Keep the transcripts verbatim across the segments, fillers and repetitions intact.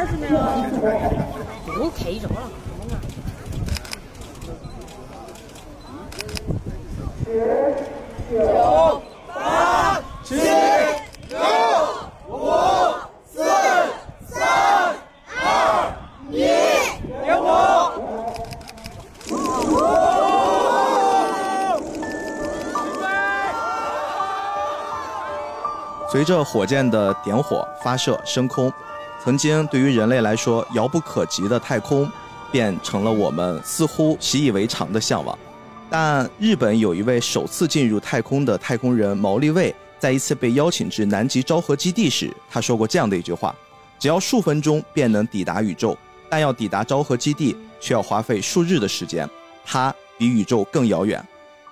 是那个不开着了。 十、九、八、七、六、五、四、三、二、一，点火！ 随着火箭的点火、发射、升空，曾经对于人类来说遥不可及的太空，变成了我们似乎习以为常的向往。但日本有一位首次进入太空的太空人毛利卫，在一次被邀请至南极昭和基地时，他说过这样的一句话：只要数分钟便能抵达宇宙，但要抵达昭和基地却要花费数日的时间，它比宇宙更遥远。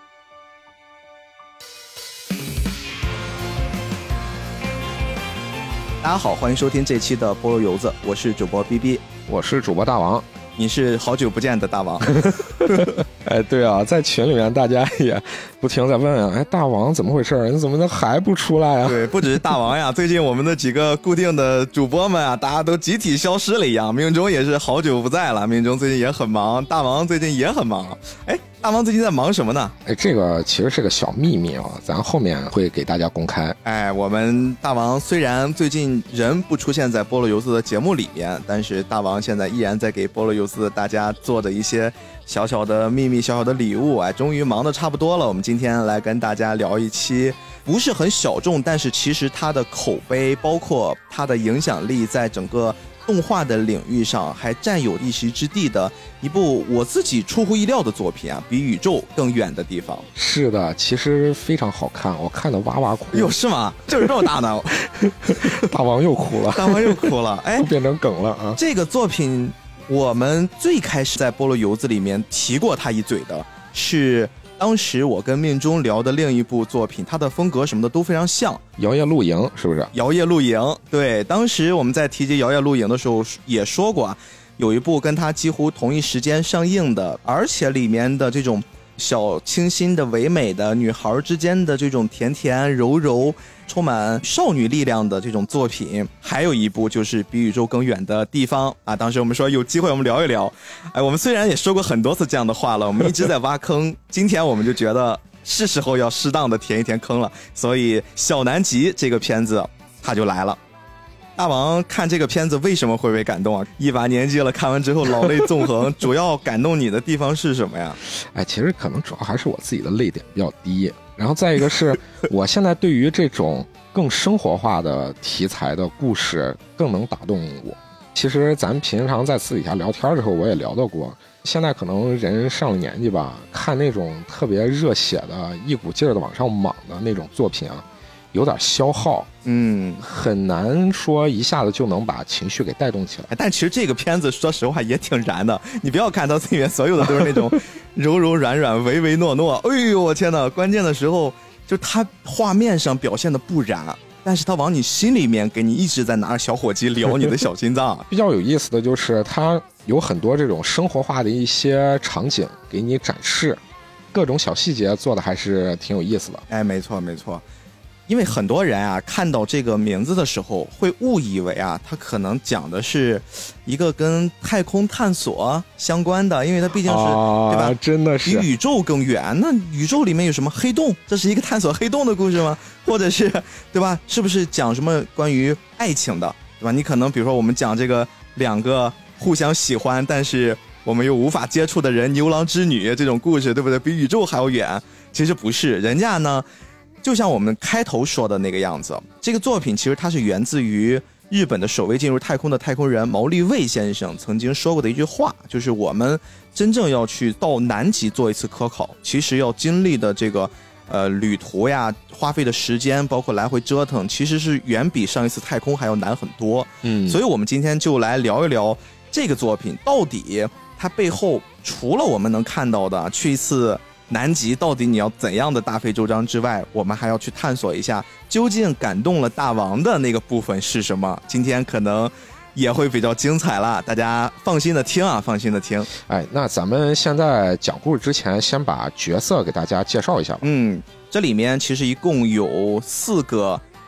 大家好，欢迎收听这期的菠萝油子，我是主播 B B， 我是主播大王。 你是好久不见的大王。 哎，对啊，在群里面大家也不停在问啊，哎，大王怎么回事？你怎么能还不出来啊？ 对，不只是大王呀，最近我们的几个固定的主播们啊，大家都集体消失了一样。命中也是好久不在了，命中最近也很忙，大王最近也很忙。哎，大王最近在忙什么呢？ 哎，这个其实是个小秘密啊，咱后面会给大家公开。 哎，我们大王虽然最近人不出现在菠萝油子的节目里面，但是大王现在依然在给菠萝油子大家做的一些小小的秘密、小小的礼物。哎，终于忙得差不多了，我们今天来跟大家聊一期不是很小众，但是其实它的口碑包括它的影响力在整个动画的领域上还占有一席之地的一部我自己出乎意料的作品啊，比宇宙更远的地方。 是的，其实非常好看，我看的哇哇哭。 哟，是吗？就是这么大呢？ 大王又哭了， 大王又哭了，哎， 变成梗了啊！ 这个作品我们最开始在菠萝油子里面提过他一嘴的是当时我跟命中聊的另一部作品，它的风格什么的都非常像。 摇曳露营是不是？ 摇曳露营，对，当时我们在提及摇曳露营的时候也说过啊，有一部跟它几乎同一时间上映的，而且里面的这种小清新的唯美的女孩之间的这种甜甜柔柔充满少女力量的这种作品，还有一部就是比宇宙更远的地方啊。当时我们说有机会我们聊一聊，哎，我们虽然也说过很多次这样的话了，我们一直在挖坑，今天我们就觉得是时候要适当的填一填坑了，所以小南极这个片子它就来了。大王看这个片子为什么会被感动啊？一把年纪了，看完之后老泪纵横，主要感动你的地方是什么呀？ 哎，其实可能主要还是我自己的泪点比较低，然后再一个是我现在对于这种更生活化的题材的故事更能打动我。其实咱平常在私底下聊天的时候我也聊到过，现在可能人上了年纪吧，看那种特别热血的一股劲儿的往上莽的那种作品啊，有点消耗， 嗯， 很难说一下子就能把情绪给带动起来。 但其实这个片子说实话也挺燃的，你不要看到里面所有的都是那种柔柔软软唯唯诺诺，哎呦我天哪，关键的时候就它画面上表现的不燃，但是它往你心里面给你一直在拿着小火机燎你的小心脏。 比较有意思的就是它有很多这种生活化的一些场景给你展示，各种小细节做的还是挺有意思的。 哎，没错没错，因为很多人啊看到这个名字的时候会误以为啊它可能讲的是一个跟太空探索相关的，因为它毕竟是、啊、对吧， 真的是比宇宙更远，那宇宙里面有什么黑洞，这是一个探索黑洞的故事吗？或者是对吧，是不是讲什么关于爱情的，对吧？你可能比如说我们讲这个两个互相喜欢但是我们又无法接触的人，牛郎织女这种故事，对不对？比宇宙还要远。其实不是，人家呢就像我们开头说的那个样子，这个作品其实它是源自于日本的首位进入太空的太空人毛利卫先生曾经说过的一句话，就是我们真正要去到南极做一次科考，其实要经历的这个呃旅途呀，花费的时间，包括来回折腾，其实是远比上一次太空还要难很多。嗯，所以我们今天就来聊一聊这个作品到底它背后除了我们能看到的去一次南极到底你要怎样的大费周章之外，我们还要去探索一下究竟感动了大王的那个部分是什么。今天可能也会比较精彩了，大家放心的听啊，放心的听。 哎，那咱们现在讲故事之前先把角色给大家介绍一下吧。 嗯，这里面其实一共有四个主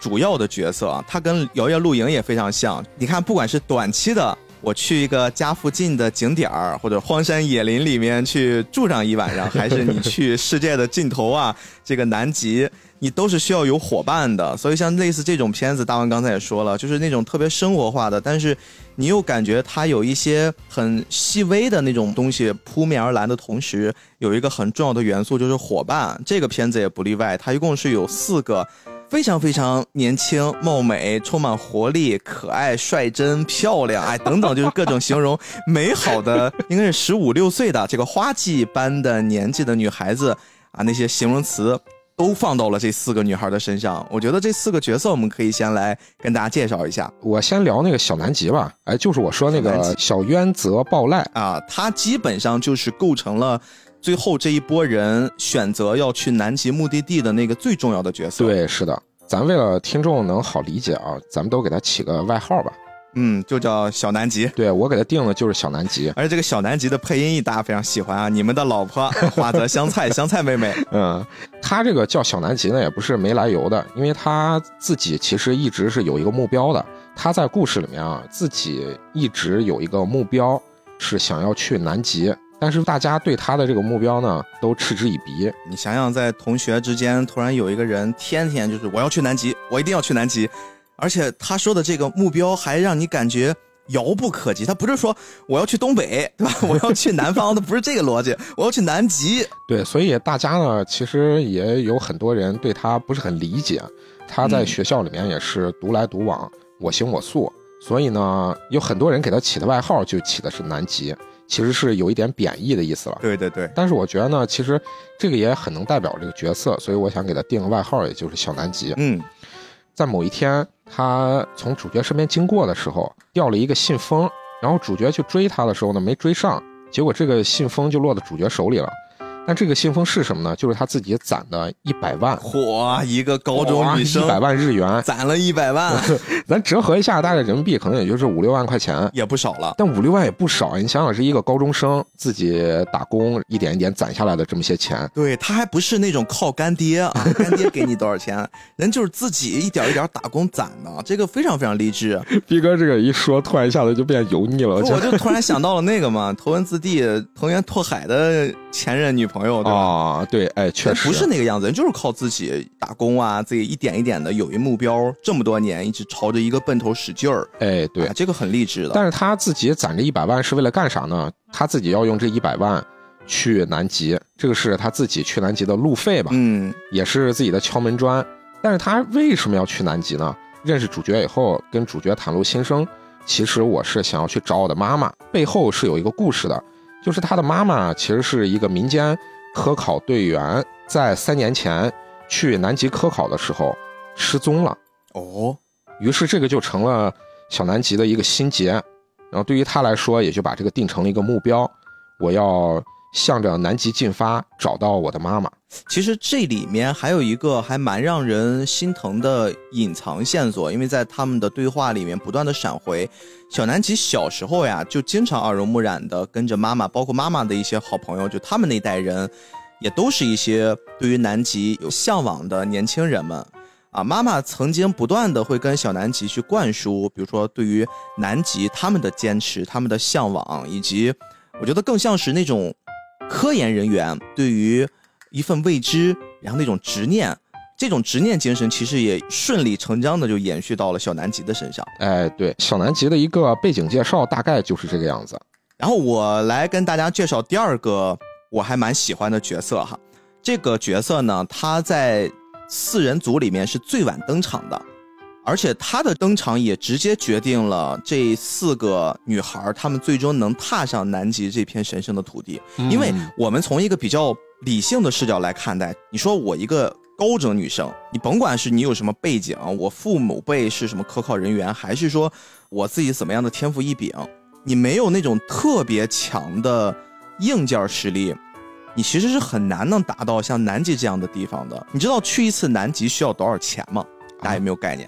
主要的角色啊，它跟摇曳露营也非常像。你看，不管是短期的，我去一个家附近的景点儿或者荒山野林里面去住上一晚上，还是你去世界的尽头啊，这个南极，你都是需要有伙伴的。所以像类似这种片子，大王刚才也说了，就是那种特别生活化的，但是你又感觉它有一些很细微的那种东西扑面而来的同时，有一个很重要的元素就是伙伴。这个片子也不例外，它一共是有四个非常非常年轻、貌美、充满活力、可爱、率真、漂亮，哎，等等，就是各种形容美好的，应该是十五六岁的这个花季般的年纪的女孩子啊，那些形容词都放到了这四个女孩的身上。我觉得这四个角色我们可以先来跟大家介绍一下。 我先聊那个小南极吧，哎，就是我说那个小渊泽暴赖啊，他基本上就是构成了最后这一波人选择要去南极目的地的那个最重要的角色。 对，是的，咱为了听众能好理解啊，咱们都给他起个外号吧。 嗯，就叫小南极。 对，我给他定的就是小南极。 而且这个小南极的配音大家非常喜欢啊，你们的老婆花泽香菜香菜妹妹。 嗯，他这个叫小南极呢也不是没来由的，因为他自己其实一直是有一个目标的。他在故事里面啊，自己一直有一个目标是想要去南极，但是大家对他的这个目标呢都嗤之以鼻。 你想想，在同学之间突然有一个人天天就是我要去南极，我一定要去南极，而且他说的这个目标还让你感觉遥不可及。他不是说我要去东北，对吧？我要去南方，他不是这个逻辑，我要去南极。 对，所以大家呢其实也有很多人对他不是很理解。他在学校里面也是独来独往，我行我素，所以呢有很多人给他起的外号就起的是南极，其实是有一点贬义的意思了。 对对对， 但是我觉得呢，其实这个也很能代表这个角色，所以我想给他定个外号，也就是小南极。 嗯， 在某一天他从主角身边经过的时候掉了一个信封，然后主角去追他的时候呢没追上，结果这个信封就落到主角手里了。但这个信封是什么呢？就是他自己攒的一百万。 嚯，一个高中女生一百万日元， 攒了一百万， 咱折合一下，大概人民币可能也就是五六万块钱， 也不少了。 但五六万也不少，你想想，是一个高中生自己打工一点一点攒下来的这么些钱。 对，他还不是那种靠干爹啊，干爹给你多少钱，人就是自己一点一点打工攒的，这个非常非常励志。 逼哥这个一说，突然一下子就变油腻了。我就突然想到了那个嘛，头文字 D 藤原拓海的前任女朋友，对吧？ 啊，对，哎，确实不是那个样子，人就是靠自己打工啊，自己一点一点的有一目标，这么多年一直朝着一个奔头使劲儿。 哎，对、 啊，这个很励志的。 但是他自己攒着一百万是为了干啥呢？他自己要用这一百万去南极，这个是他自己去南极的路费吧？ 嗯， 也是自己的敲门砖。但是他为什么要去南极呢？认识主角以后，跟主角袒露心声，其实我是想要去找我的妈妈，背后是有一个故事的，就是他的妈妈其实是一个民间科考队员，在三年前去南极科考的时候失踪了。 哦， 于是这个就成了小南极的一个心结，然后对于他来说也就把这个定成了一个目标，我要向着南极进发，找到我的妈妈。 其实这里面还有一个还蛮让人心疼的隐藏线索，因为在他们的对话里面不断的闪回，小南极小时候呀就经常耳濡目染的跟着妈妈，包括妈妈的一些好朋友，就他们那代人也都是一些对于南极有向往的年轻人们啊。妈妈曾经不断的会跟小南极去灌输，比如说对于南极他们的坚持，他们的向往，以及我觉得更像是那种科研人员对于一份未知然后那种执念，这种执念精神其实也顺理成章的就延续到了小南极的身上。 哎，对，小南极的一个背景介绍大概就是这个样子。 然后我来跟大家介绍第二个我还蛮喜欢的角色哈。这个角色呢，他在四人组里面是最晚登场的，而且他的登场也直接决定了这四个女孩她们最终能踏上南极这片神圣的土地。 嗯、 因为我们从一个比较理性的视角来看待，你说我一个高中女生，你甭管是你有什么背景，我父母辈是什么科考人员，还是说我自己怎么样的天赋异禀，你没有那种特别强的硬件实力，你其实是很难能达到像南极这样的地方的。你知道去一次南极需要多少钱吗？大家有没有概念？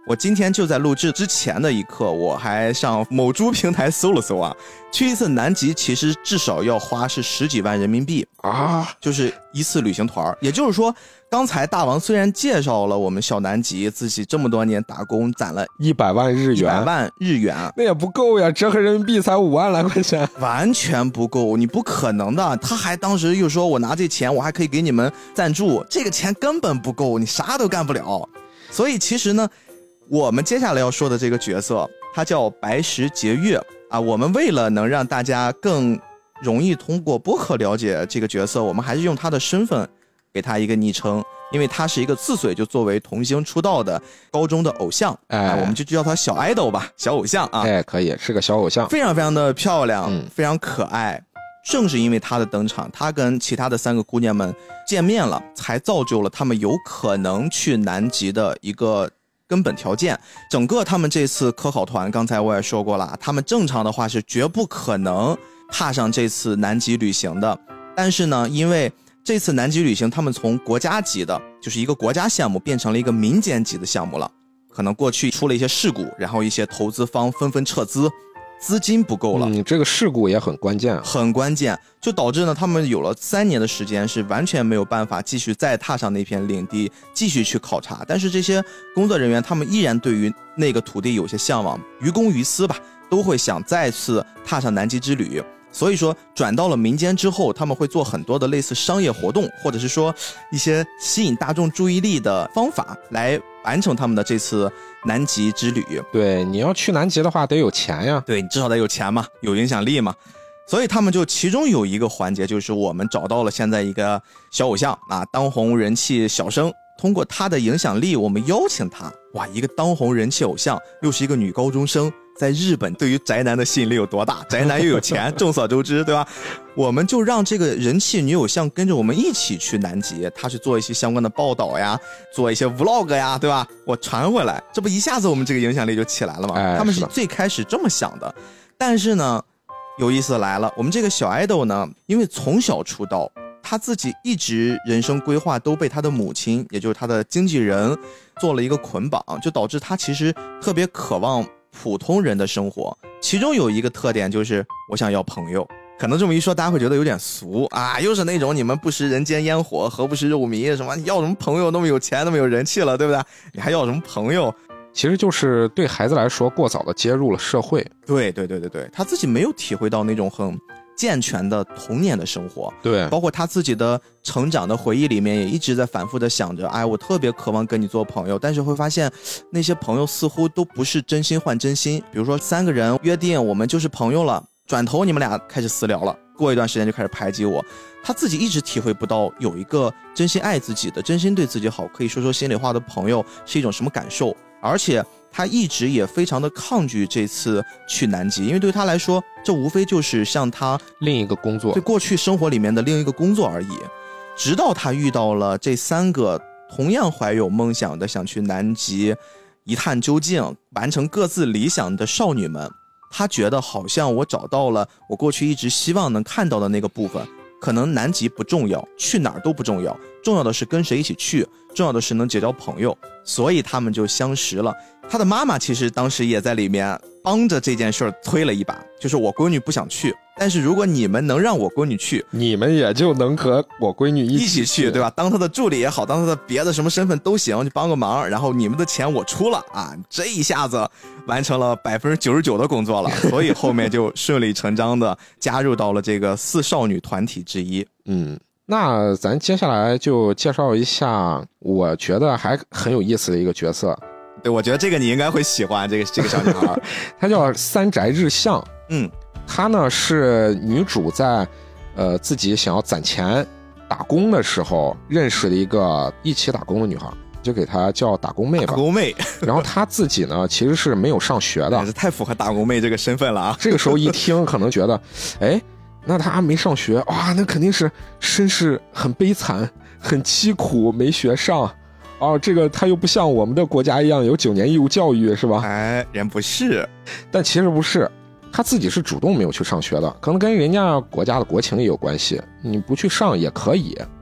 我今天就在录制之前的一刻，我还上某猪平台搜了搜啊，去一次南极其实至少要花是十几万人民币啊， 就是一次旅行团。也就是说，刚才大王虽然介绍了我们小南极自己这么多年打工攒了一百万日元， 一百万日元， 那也不够呀，折合人民币才五万来块钱， 完全不够，你不可能的。他还当时又说我拿这钱我还可以给你们赞助，这个钱根本不够，你啥都干不了。所以其实呢，我们接下来要说的这个角色，他叫白石节月啊。我们为了能让大家更容易通过播客了解这个角色，我们还是用他的身份给他一个昵称，因为他是一个四岁就作为童星出道的高中的偶像，哎、啊，我们就叫他小爱豆吧，小偶像啊。 哎，可以，是个小偶像， 非常非常的漂亮， 嗯、 非常可爱。正是因为他的登场，他跟其他的三个姑娘们见面了，才造就了他们有可能去南极的一个根本条件。整个他们这次科考团，刚才我也说过了，他们正常的话是绝不可能踏上这次南极旅行的。但是呢，因为这次南极旅行他们从国家级的就是一个国家项目变成了一个民间级的项目了，可能过去出了一些事故，然后一些投资方纷纷撤资，资金不够了， 嗯，这个事故也很关键， 很关键，就导致呢，他们有了三年的时间是完全没有办法继续再踏上那片领地，继续去考察。但是这些工作人员，他们依然对于那个土地有些向往，于公于私吧，都会想再次踏上南极之旅。所以说，转到了民间之后，他们会做很多的类似商业活动，或者是说一些吸引大众注意力的方法，来完成他们的这次南极之旅。 对，你要去南极的话得有钱呀， 对，你至少得有钱嘛，有影响力嘛。所以他们就其中有一个环节，就是我们找到了现在一个小偶像啊，当红人气小生，通过他的影响力，我们邀请他。哇，一个当红人气偶像，又是一个女高中生，在日本对于宅男的吸引力有多大？宅男又有钱，众所周知，对吧？我们就让这个人气女偶像跟着我们一起去南极，他去做一些相关的报道呀，做一些 vlog 呀，对吧？我传回来，这不一下子我们这个影响力就起来了吗？ 哎、 他们是最开始这么想的，但是呢，有意思来了，我们这个小爱豆呢，因为从小出道，他自己一直人生规划都被他的母亲，也就是他的经纪人做了一个捆绑，就导致他其实特别渴望普通人的生活。其中有一个特点就是我想要朋友，可能这么一说大家会觉得有点俗啊，又是那种你们不食人间烟火何不食肉糜什么，你要什么朋友，那么有钱那么有人气了，对不对？你还要什么朋友？ 其实就是对孩子来说过早的接入了社会。 对对对对对，他自己没有体会到那种很健全的童年的生活。 对， 包括他自己的成长的回忆里面也一直在反复的想着，哎，我特别渴望跟你做朋友，但是会发现那些朋友似乎都不是真心换真心。比如说三个人约定我们就是朋友了，转头你们俩开始私聊了，过一段时间就开始排挤我。他自己一直体会不到有一个真心爱自己的，真心对自己好，可以说说心里话的朋友是一种什么感受。而且他一直也非常的抗拒这次去南极，因为对他来说这无非就是像他另一个工作， 对过去生活里面的另一个工作而已。直到他遇到了这三个同样怀有梦想的想去南极一探究竟，完成各自理想的少女们，他觉得好像我找到了我过去一直希望能看到的那个部分。可能南极不重要，去哪儿都不重要，重要的是跟谁一起去，重要的是能结交朋友。所以他们就相识了。他的妈妈其实当时也在里面帮着这件事儿推了一把，就是我闺女不想去，但是如果你们能让我闺女去， 你们也就能和我闺女一起一起去，对吧？当她的助理也好，当她的别的什么身份都行，就帮个忙，然后你们的钱我出了啊，这一下子完成了百分之九十九的工作了，所以后面就顺理成章的加入到了这个四少女团体之一。 嗯，那咱接下来就介绍一下我觉得还很有意思的一个角色。 对，我觉得这个你应该会喜欢这个这个小女孩， 她叫三宅日向。 嗯， 她呢是女主在呃自己想要攒钱打工的时候认识的一个一起打工的女孩，就给她叫打工妹吧。 打工妹。 然后她自己呢其实是没有上学的， 也是太符合打工妹这个身份了啊。 这个时候一听可能觉得，哎，那她没上学，哇，那肯定是身世很悲惨，很凄苦，没学上。哦，这个他又不像我们的国家一样有九年义务教育，是吧？ 哎，人不是， 但其实不是，他自己是主动没有去上学的，可能跟人家国家的国情也有关系。你不去上也可以，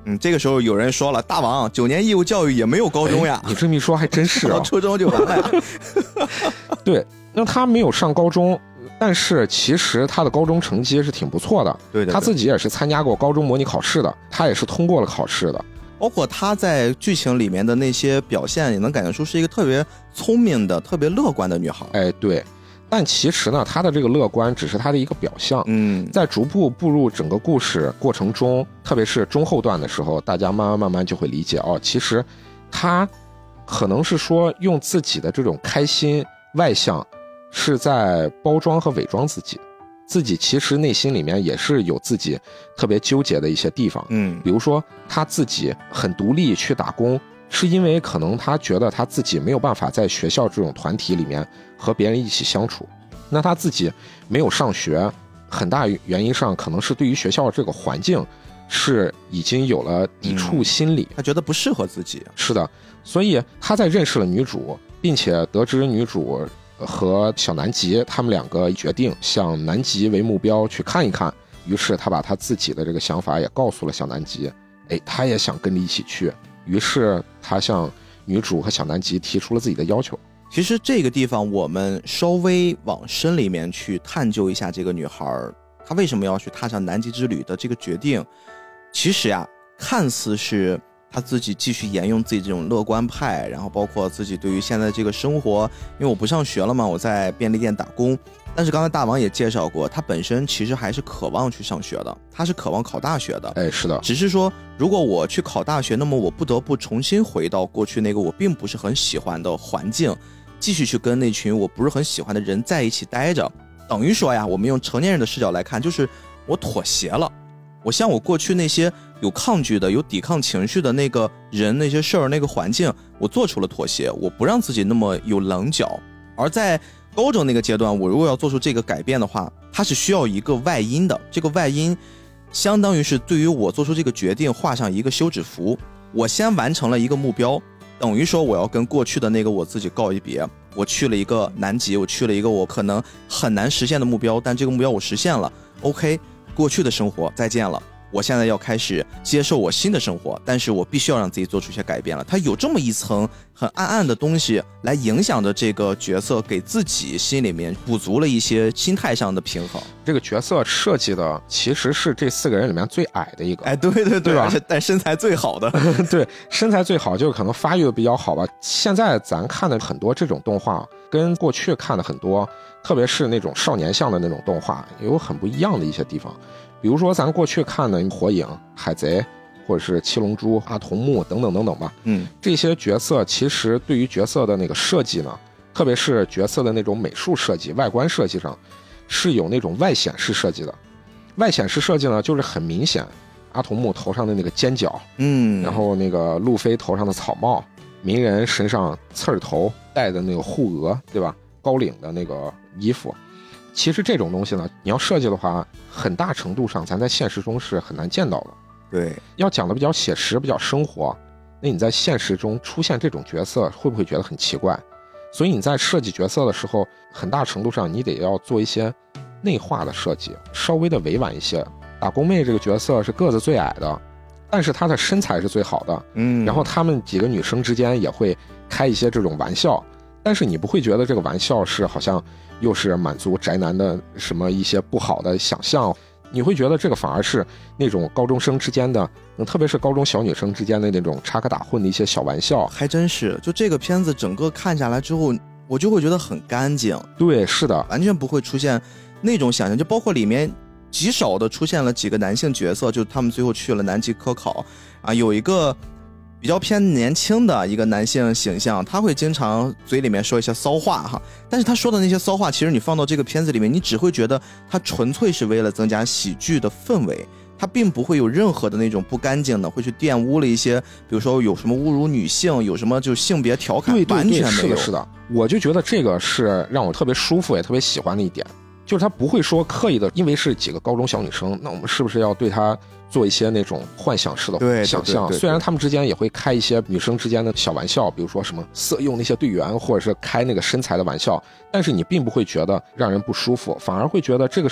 嗯，这个时候有人说了，大王九年义务教育也没有高中呀， 哎、你这么一说还真是啊， 初中就完了呀。 对，那他没有上高中，但是其实他的高中成绩是挺不错的， 对, 对, 对， 他自己也是参加过高中模拟考试的，他也是通过了考试的。 包括他在剧情里面的那些表现，也能感觉出是一个特别聪明的、特别乐观的女孩。 哎，对。但其实呢，她的这个乐观只是她的一个表象。 嗯， 在逐步步入整个故事过程中，特别是中后段的时候，大家慢慢慢慢就会理解哦，其实她可能是说用自己的这种开心外向，是在包装和伪装自己。自己其实内心里面也是有自己特别纠结的一些地方， 嗯， 比如说他自己很独立去打工，是因为可能他觉得他自己没有办法在学校这种团体里面和别人一起相处，那他自己没有上学，很大原因上可能是对于学校这个环境是已经有了抵触心理， 嗯，他觉得不适合自己。 是的，所以他在认识了女主，并且得知女主和小南极他们两个决定向南极为目标去看一看，于是他把他自己的这个想法也告诉了小南极，哎，他也想跟着一起去，于是他向女主和小南极提出了自己的要求。 其实这个地方我们稍微往深里面去探究一下这个女孩她为什么要去踏上南极之旅的这个决定，其实呀，看似是他自己继续沿用自己这种乐观派，然后包括自己对于现在这个生活，因为我不上学了嘛，我在便利店打工，但是刚才大王也介绍过，他本身其实还是渴望去上学的，他是渴望考大学的。 哎，是的， 只是说如果我去考大学，那么我不得不重新回到过去那个我并不是很喜欢的环境，继续去跟那群我不是很喜欢的人在一起待着，等于说呀，我们用成年人的视角来看，就是我妥协了，我向我过去那些有抗拒的、有抵抗情绪的那个人、那些事儿、那个环境，我做出了妥协，我不让自己那么有棱角。而在高中那个阶段，我如果要做出这个改变的话，它是需要一个外因的，这个外因相当于是对于我做出这个决定画上一个休止符。我先完成了一个目标，等于说我要跟过去的那个我自己告一别。我去了一个南极，我去了一个我可能很难实现的目标，但这个目标我实现了 OK， 过去的生活再见了，我现在要开始接受我新的生活，但是我必须要让自己做出一些改变了。它有这么一层很暗暗的东西来影响着这个角色，给自己心里面补足了一些心态上的平衡。 这个角色设计的其实是这四个人里面最矮的一个， 哎，对对对， 对吧？ 但身材最好的， 对，身材最好，就是可能发育的比较好吧。现在咱看的很多这种动画，跟过去看的很多，特别是那种少年向的那种动画，有很不一样的一些地方。比如说咱过去看的火影、海贼，或者是七龙珠、阿童木等等等等吧， 嗯， 这些角色其实对于角色的那个设计呢，特别是角色的那种美术设计、外观设计上，是有那种外显式设计的。外显式设计呢，就是很明显，阿童木头上的那个尖角， 嗯， 然后那个路飞头上的草帽，鸣人身上刺儿头戴的那个护额，对吧？高领的那个衣服。其实这种东西呢，你要设计的话，很大程度上咱在现实中是很难见到的。 对， 要讲的比较写实、比较生活，那你在现实中出现这种角色，会不会觉得很奇怪？所以你在设计角色的时候，很大程度上你得要做一些内化的设计，稍微的委婉一些。打工妹这个角色是个子最矮的，但是她的身材是最好的， 嗯， 然后她们几个女生之间也会开一些这种玩笑，但是你不会觉得这个玩笑是好像又是满足宅男的什么一些不好的想象，你会觉得这个反而是那种高中生之间的，特别是高中小女生之间的那种插科打诨的一些小玩笑。 还真是，就这个片子整个看下来之后，我就会觉得很干净。 对，是的， 完全不会出现那种想象，就包括里面极少的出现了几个男性角色，就他们最后去了南极科考啊，有一个比较偏年轻的一个男性形象，他会经常嘴里面说一些骚话哈，但是他说的那些骚话，其实你放到这个片子里面，你只会觉得他纯粹是为了增加喜剧的氛围，他并不会有任何的那种不干净的，会去玷污了一些，比如说有什么侮辱女性，有什么就性别调侃， 对对对， 完全没有。 是的，是的，我就觉得这个是让我特别舒服也特别喜欢的一点，就是他不会说刻意的，因为是几个高中小女生，那我们是不是要对他做一些那种幻想式的想象？虽然他们之间也会开一些女生之间的小玩笑，比如说什么色诱那些队员，或者是开那个身材的玩笑，但是你并不会觉得让人不舒服，反而会觉得这个是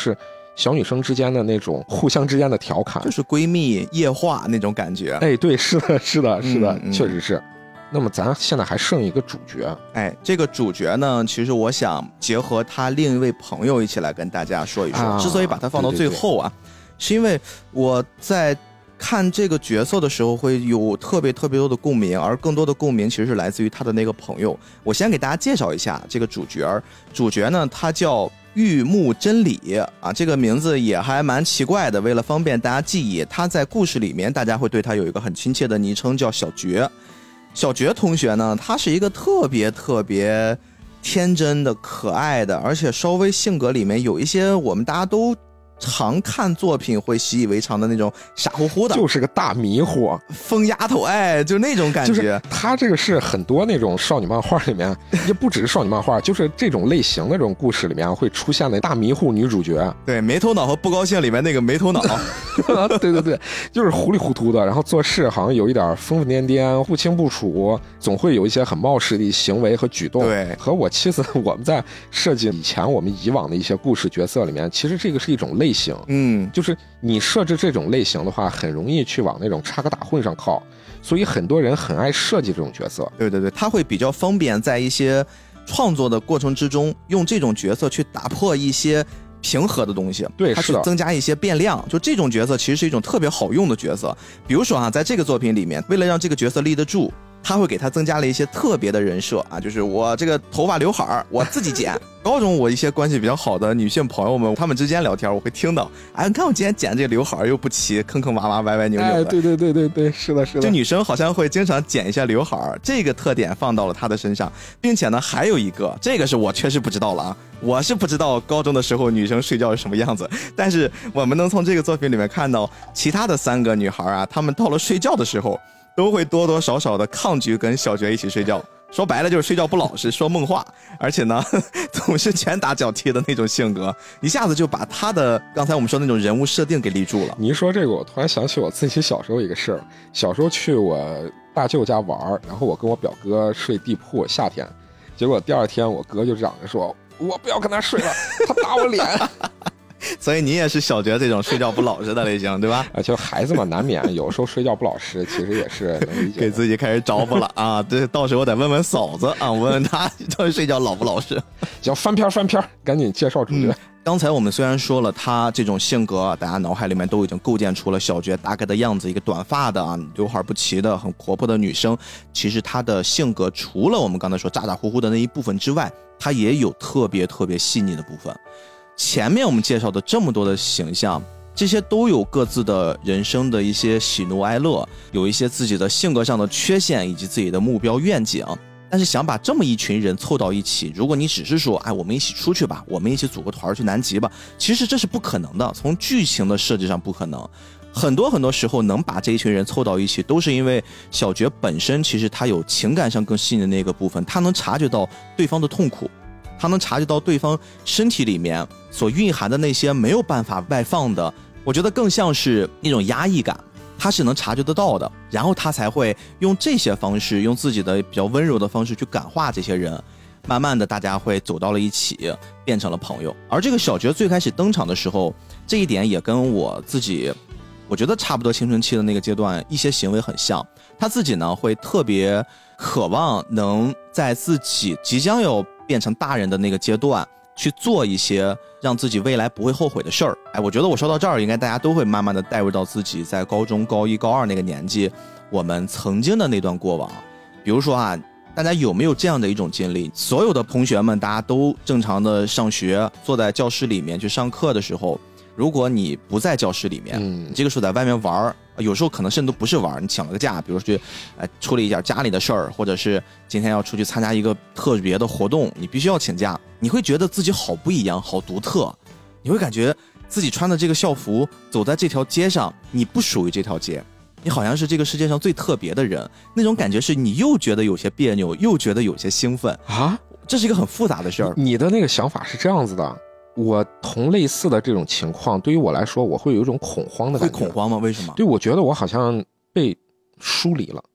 小女生之间的那种互相之间的调侃， 就是闺蜜夜话那种感觉。 哎，对，是的，是的，是的， 嗯嗯、 确实是。那么咱现在还剩一个主角， 哎，这个主角呢，其实我想结合他另一位朋友一起来跟大家说一说。啊、之所以把他放到最后啊，对对对，是因为我在看这个角色的时候会有特别特别多的共鸣，而更多的共鸣其实是来自于他的那个朋友。我先给大家介绍一下这个主角，主角呢他叫玉木真理啊，这个名字也还蛮奇怪的。为了方便大家记忆，他在故事里面大家会对他有一个很亲切的昵称叫小觉。小觉同学呢，他是一个特别特别天真的、可爱的，而且稍微性格里面有一些我们大家都常看作品会习以为常的那种傻乎乎的， 就是个大迷糊疯丫头，哎，就那种感觉。 就是他这个是很多那种少女漫画里面，也不只是少女漫画，就是这种类型的这种故事里面会出现的大迷糊女主角。 对，没头脑和不高兴里面那个没头脑， 对对对，就是糊里糊涂的，然后做事好像有一点疯疯癫癫、不清不楚，总会有一些很冒失的行为和举动。 对， 和我妻子我们在设计以前我们以往的一些故事角色里面，其实这个是一种类型。 嗯， 就是你设置这种类型的话，很容易去往那种插科打诨上靠，所以很多人很爱设计这种角色。 对对对，他会比较方便在一些创作的过程之中，用这种角色去打破一些平和的东西， 对， 它去增加一些变量。就这种角色其实是一种特别好用的角色。比如说啊，在这个作品里面，为了让这个角色立得住，他会给他增加了一些特别的人设啊，就是我这个头发刘海我自己剪。高中我一些关系比较好的女性朋友们，他们之间聊天我会听到，哎，你看我今天剪这个刘海又不齐，坑坑洼洼，歪歪扭扭的。 哎，对对对对对，是的，是的。 就女生好像会经常剪一下刘海，这个特点放到了她的身上，并且呢，还有一个，这个是我确实不知道了啊，我是不知道高中的时候女生睡觉是什么样子，但是我们能从这个作品里面看到，其他的三个女孩啊，她们到了睡觉的时候，都会多多少少的抗拒跟小觉一起睡觉。说白了就是睡觉不老实，说梦话，而且呢总是拳打脚踢的那种性格，一下子就把他的刚才我们说那种人物设定给立住了。 你一说这个，我突然想起我自己小时候一个事儿。小时候去我大舅家玩，然后我跟我表哥睡地铺，夏天，结果第二天我哥就嚷着说，我不要跟他睡了，他打我脸。 所以你也是小觉这种睡觉不老实的类型，对吧？ 啊，就孩子嘛，难免有时候睡觉不老实，其实也是能理解。 给自己开始找补了啊！对，到时候我得问问嫂子啊，问问他到底睡觉老不老实。 叫翻篇翻篇，赶紧介绍主角。 嗯刚才我们虽然说了他这种性格，大家脑海里面都已经构建出了小觉大概的样子，一个短发的啊，刘海不齐的很活泼的女生。其实她的性格除了我们刚才说咋咋呼呼的那一部分之外，她也有特别特别细腻的部分。前面我们介绍的这么多的形象，这些都有各自的人生的一些喜怒哀乐，有一些自己的性格上的缺陷以及自己的目标愿景。但是想把这么一群人凑到一起，如果你只是说哎我们一起出去吧，我们一起组个团去南极吧，其实这是不可能的，从剧情的设置上不可能。很多很多时候能把这一群人凑到一起，都是因为小觉本身其实他有情感上更细腻的那个部分，他能察觉到对方的痛苦，他能察觉到对方身体里面所蕴含的那些没有办法外放的，我觉得更像是那种压抑感，他是能察觉得到的，然后他才会用这些方式，用自己的比较温柔的方式去感化这些人，慢慢的大家会走到了一起，变成了朋友。而这个小觉最开始登场的时候，这一点也跟我自己我觉得差不多青春期的那个阶段一些行为很像。他自己呢会特别渴望能在自己即将要变成大人的那个阶段去做一些让自己未来不会后悔的事儿。哎，我觉得我说到这儿，应该大家都会慢慢的带入到自己在高中高一高二那个年纪，我们曾经的那段过往。比如说啊，大家有没有这样的一种经历，所有的同学们大家都正常的上学，坐在教室里面去上课的时候，如果你不在教室里面， 嗯， 你这个时候在外面玩，有时候可能甚至都不是玩，你请了个假，比如说去呃处理一下家里的事儿，或者是今天要出去参加一个特别的活动，你必须要请假，你会觉得自己好不一样，好独特，你会感觉自己穿的这个校服走在这条街上，你不属于这条街，你好像是这个世界上最特别的人，那种感觉是你又觉得有些别扭，又觉得有些兴奋啊， 这是一个很复杂的事儿。 你的那个想法是这样子的，我同类似的这种情况，对于我来说，我会有一种恐慌的感觉。 会恐慌吗？为什么？ 对，我觉得我好像被疏离了。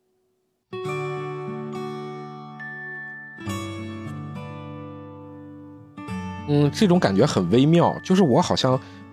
嗯，这种感觉很微妙，就是我好像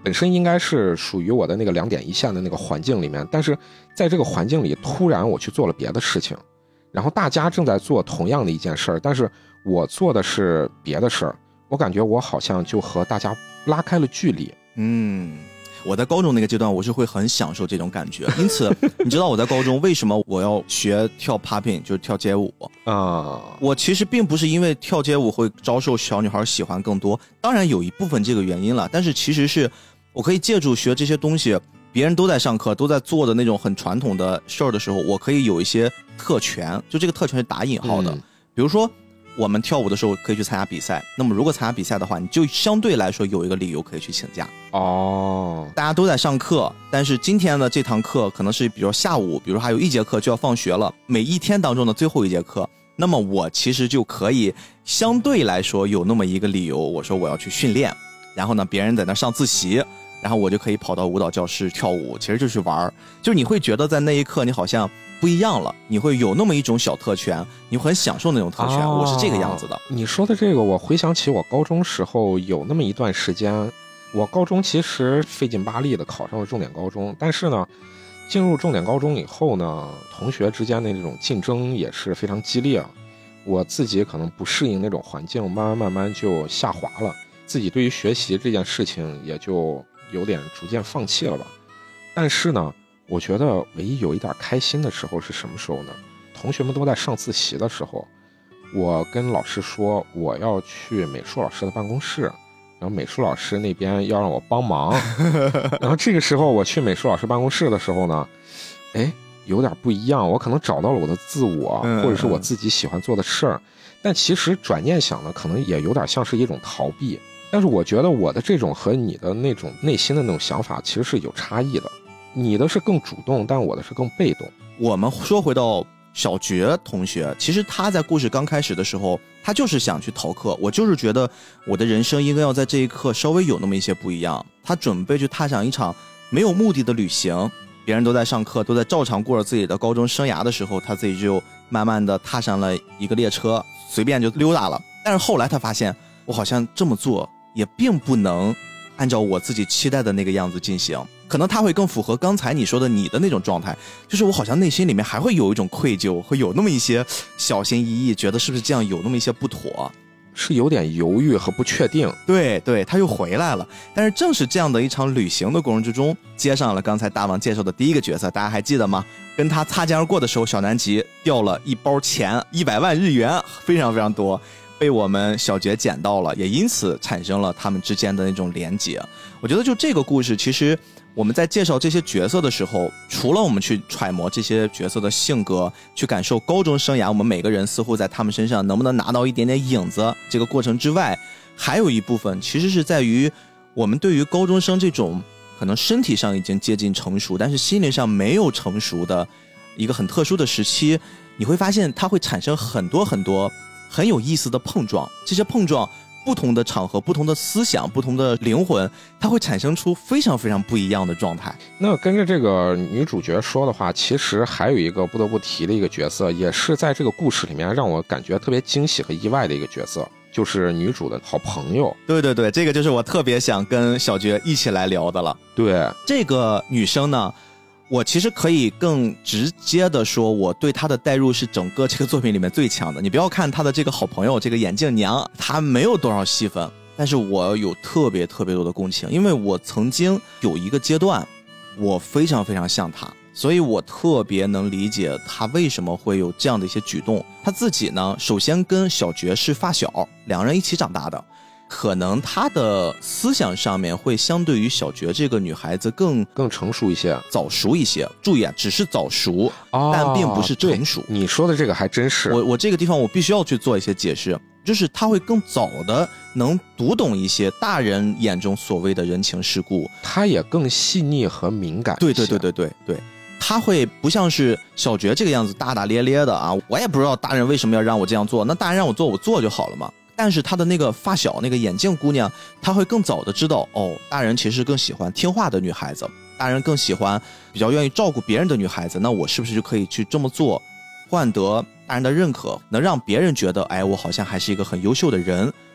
本身应该是属于我的那个两点一线的那个环境里面，但是在这个环境里突然我去做了别的事情，然后大家正在做同样的一件事儿，但是我做的是别的事儿，我感觉我好像就和大家拉开了距离。 嗯，我在高中那个阶段，我是会很享受这种感觉。因此，你知道我在高中为什么我要学跳 popping， 就是跳街舞啊？ 我其实并不是因为跳街舞会招受小女孩喜欢更多，当然有一部分这个原因了，但是其实是我可以借助学这些东西，别人都在上课都在做的那种很传统的事儿的时候，我可以有一些特权，就这个特权是打引号的。嗯、比如说我们跳舞的时候可以去参加比赛，那么如果参加比赛的话，你就相对来说有一个理由可以去请假。 哦， 大家都在上课，但是今天的这堂课可能是比如下午，比如还有一节课就要放学了，每一天当中的最后一节课，那么我其实就可以相对来说有那么一个理由，我说我要去训练，然后呢别人在那上自习，然后我就可以跑到舞蹈教室跳舞，其实就是玩，就是你会觉得在那一刻你好像不一样了，你会有那么一种小特权，你会很享受那种特权、啊、我是这个样子的。 你说的这个我回想起我高中时候有那么一段时间，我高中其实费劲巴力的考上了重点高中，但是呢进入重点高中以后呢，同学之间的那种竞争也是非常激烈，我自己可能不适应那种环境，慢慢慢慢就下滑了，自己对于学习这件事情也就有点逐渐放弃了吧。但是呢我觉得唯一有一点开心的时候是什么时候呢？同学们都在上自习的时候，我跟老师说我要去美术老师的办公室，然后美术老师那边要让我帮忙然后这个时候我去美术老师办公室的时候呢，哎，有点不一样，我可能找到了我的自我，或者是我自己喜欢做的事儿，但其实转念想呢，可能也有点像是一种逃避。但是我觉得我的这种和你的那种内心的那种想法其实是有差异的，你的是更主动，但我的是更被动。 我们说回到小觉同学，其实他在故事刚开始的时候，他就是想去逃课，我就是觉得我的人生应该要在这一刻稍微有那么一些不一样，他准备去踏上一场没有目的的旅行，别人都在上课，都在照常过着自己的高中生涯的时候，他自己就慢慢的踏上了一个列车，随便就溜达了。但是后来他发现，我好像这么做也并不能按照我自己期待的那个样子进行，可能他会更符合刚才你说的你的那种状态，就是我好像内心里面还会有一种愧疚，会有那么一些小心翼翼，觉得是不是这样有那么一些不妥， 是有点犹豫和不确定。 对对，他又回来了。但是正是这样的一场旅行的过程之中，接上了刚才大王介绍的第一个角色，大家还记得吗？跟他擦肩而过的时候，小南极掉了一包钱，一百万日元，非常非常多，被我们小觉捡到了，也因此产生了他们之间的那种连结。我觉得就这个故事，其实我们在介绍这些角色的时候，除了我们去揣摩这些角色的性格，去感受高中生涯我们每个人似乎在他们身上能不能拿到一点点影子这个过程之外，还有一部分其实是在于我们对于高中生这种可能身体上已经接近成熟但是心灵上没有成熟的一个很特殊的时期，你会发现它会产生很多很多很有意思的碰撞，这些碰撞不同的场合，不同的思想，不同的灵魂，它会产生出非常非常不一样的状态。 那跟着这个女主角说的话，其实还有一个不得不提的一个角色，也是在这个故事里面让我感觉特别惊喜和意外的一个角色，就是女主的好朋友。 对对对，这个就是我特别想跟小觉一起来聊的了。 对， 这个女生呢，我其实可以更直接的说，我对她的代入是整个这个作品里面最强的。你不要看她的这个好朋友这个眼镜娘，她没有多少戏份，但是我有特别特别多的共情，因为我曾经有一个阶段我非常非常像她，所以我特别能理解她为什么会有这样的一些举动。她自己呢，首先跟小觉是发小，两人一起长大的，可能她的思想上面会相对于小觉这个女孩子更更成熟一些， 早熟一些。注意啊，只是早熟、哦、但并不是成熟。 你说的这个还真是， 我我这个地方我必须要去做一些解释，就是她会更早的能读懂一些大人眼中所谓的人情世故， 她也更细腻和敏感。 对对对对对对，她会不像是小觉这个样子大大咧咧的啊，我也不知道大人为什么要让我这样做，那大人让我做我做就好了嘛。但是她的那个发小那个眼镜姑娘，她会更早的知道，哦，大人其实更喜欢听话的女孩子，大人更喜欢比较愿意照顾别人的女孩子，那我是不是就可以去这么做，换得大人的认可，能让别人觉得，哎，我好像还是一个很优秀的人。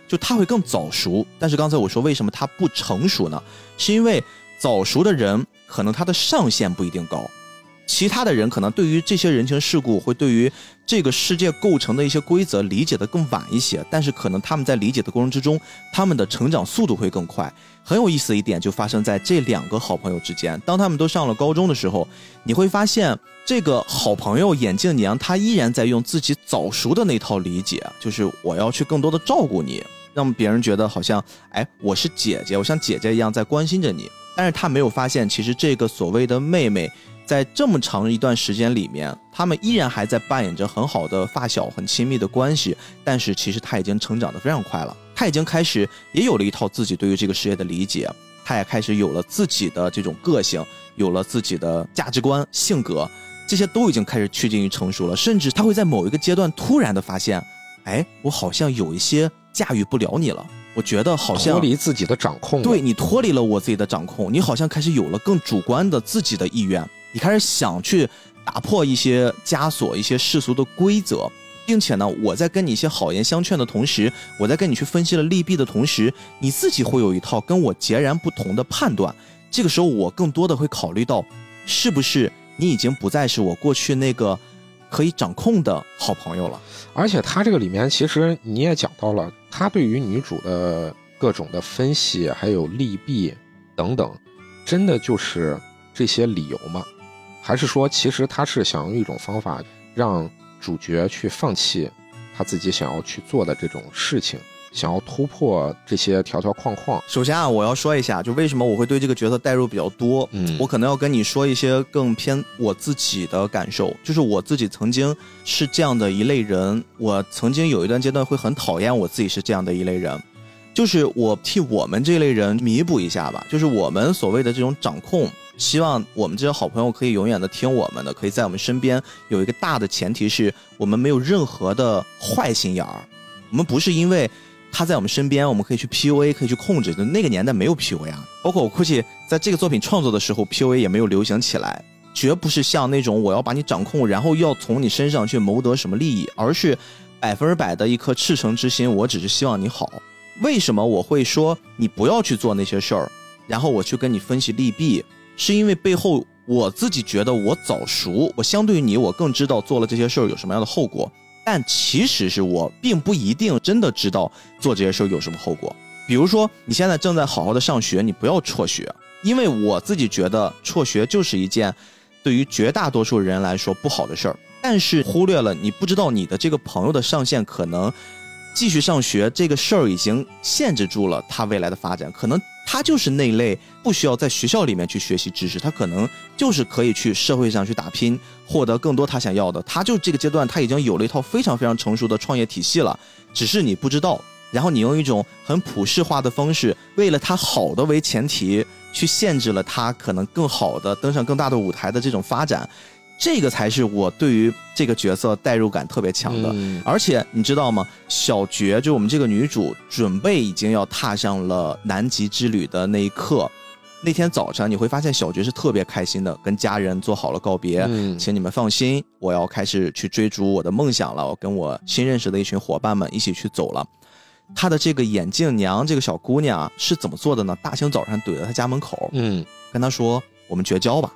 就他会更早熟。但是刚才我说为什么他不成熟呢？是因为早熟的人可能他的上限不一定高，其他的人可能对于这些人情世故，会对于这个世界构成的一些规则理解的更晚一些，但是可能他们在理解的过程之中，他们的成长速度会更快。很有意思的一点就发生在这两个好朋友之间，当他们都上了高中的时候，你会发现这个好朋友眼镜娘她依然在用自己早熟的那套理解，就是我要去更多的照顾你，让别人觉得好像哎我是姐姐，我像姐姐一样在关心着你。但是他没有发现，其实这个所谓的妹妹在这么长一段时间里面，他们依然还在扮演着很好的发小很亲密的关系，但是其实他已经成长得非常快了，他已经开始也有了一套自己对于这个世界的理解，他也开始有了自己的这种个性，有了自己的价值观性格，这些都已经开始趋近于成熟了。甚至他会在某一个阶段突然的发现，哎，我好像有一些驾驭不了你了，我觉得好像脱离自己的掌控， 对，你脱离了我自己的掌控，你好像开始有了更主观的自己的意愿，你开始想去打破一些枷锁，一些世俗的规则，并且呢，我在跟你一些好言相劝的同时，我在跟你去分析了利弊的同时，你自己会有一套跟我截然不同的判断。这个时候我更多的会考虑到，是不是你已经不再是我过去那个可以掌控的好朋友了。 而且他这个里面其实你也讲到了，他对于女主的各种的分析还有利弊等等，真的就是这些理由吗？还是说其实他是想用一种方法让主角去放弃他自己想要去做的这种事情，想要突破这些条条框框？ 首先啊，我要说一下，就为什么我会对这个角色代入比较多。 嗯， 我可能要跟你说一些更偏我自己的感受，就是我自己曾经是这样的一类人，我曾经有一段阶段会很讨厌我自己是这样的一类人，就是我替我们这类人弥补一下吧，就是我们所谓的这种掌控，希望我们这些好朋友可以永远的听我们的，可以在我们身边，有一个大的前提是我们没有任何的坏心眼儿，我们不是因为他在我们身边我们可以去 P U A 可以去控制，那个年代没有 P U A 啊，包括我估计在这个作品创作的时候 P U A 也没有流行起来，绝不是像那种我要把你掌控然后要从你身上去谋得什么利益，而是百分之百的一颗赤诚之心，我只是希望你好。为什么我会说你不要去做那些事儿，然后我去跟你分析利弊，是因为背后我自己觉得我早熟，我相对于你我更知道做了这些事儿有什么样的后果，但其实是我并不一定真的知道做这些事儿有什么后果。比如说你现在正在好好的上学，你不要辍学，因为我自己觉得辍学就是一件对于绝大多数人来说不好的事儿，但是忽略了你不知道你的这个朋友的上限，可能继续上学这个事儿已经限制住了他未来的发展，可能他就是那类不需要在学校里面去学习知识，他可能就是可以去社会上去打拼，获得更多他想要的，他就这个阶段他已经有了一套非常非常成熟的创业体系了，只是你不知道，然后你用一种很普世化的方式，为了他好的为前提，去限制了他可能更好的登上更大的舞台的这种发展，这个才是我对于这个角色代入感特别强的。 嗯、 而且你知道吗，小觉就我们这个女主准备已经要踏上了南极之旅的那一刻，那天早晨你会发现小觉是特别开心的，跟家人做好了告别、嗯、请你们放心，我要开始去追逐我的梦想了，我跟我新认识的一群伙伴们一起去走了。她的这个眼镜娘这个小姑娘是怎么做的呢？大清早上怼在她家门口， 嗯， 跟她说我们绝交吧。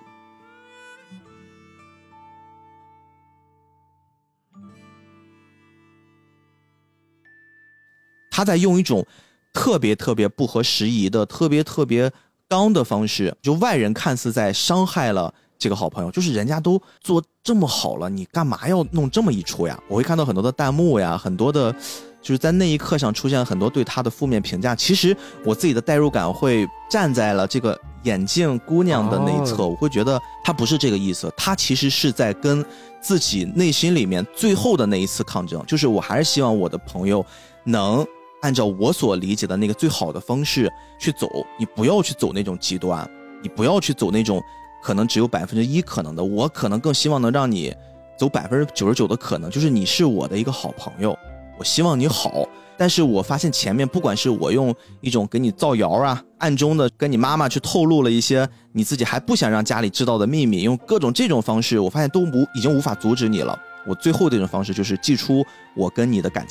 他在用一种特别特别不合时宜的特别特别刚的方式，就外人看似在伤害了这个好朋友，就是人家都做这么好了，你干嘛要弄这么一出呀？我会看到很多的弹幕呀，很多的就是在那一刻上出现很多对他的负面评价，其实我自己的代入感会站在了这个眼镜姑娘的那一侧、哦、我会觉得他不是这个意思，他其实是在跟自己内心里面最后的那一次抗争，就是我还是希望我的朋友能按照我所理解的那个最好的方式去走，你不要去走那种极端，你不要去走那种可能只有百分之一可能的，我可能更希望能让你走百分之九十九的可能，就是你是我的一个好朋友，我希望你好。但是我发现前面不管是我用一种给你造谣啊，暗中的跟你妈妈去透露了一些你自己还不想让家里知道的秘密，用各种这种方式，我发现都无已经无法阻止你了。我最后这种方式就是祭出我跟你的感情，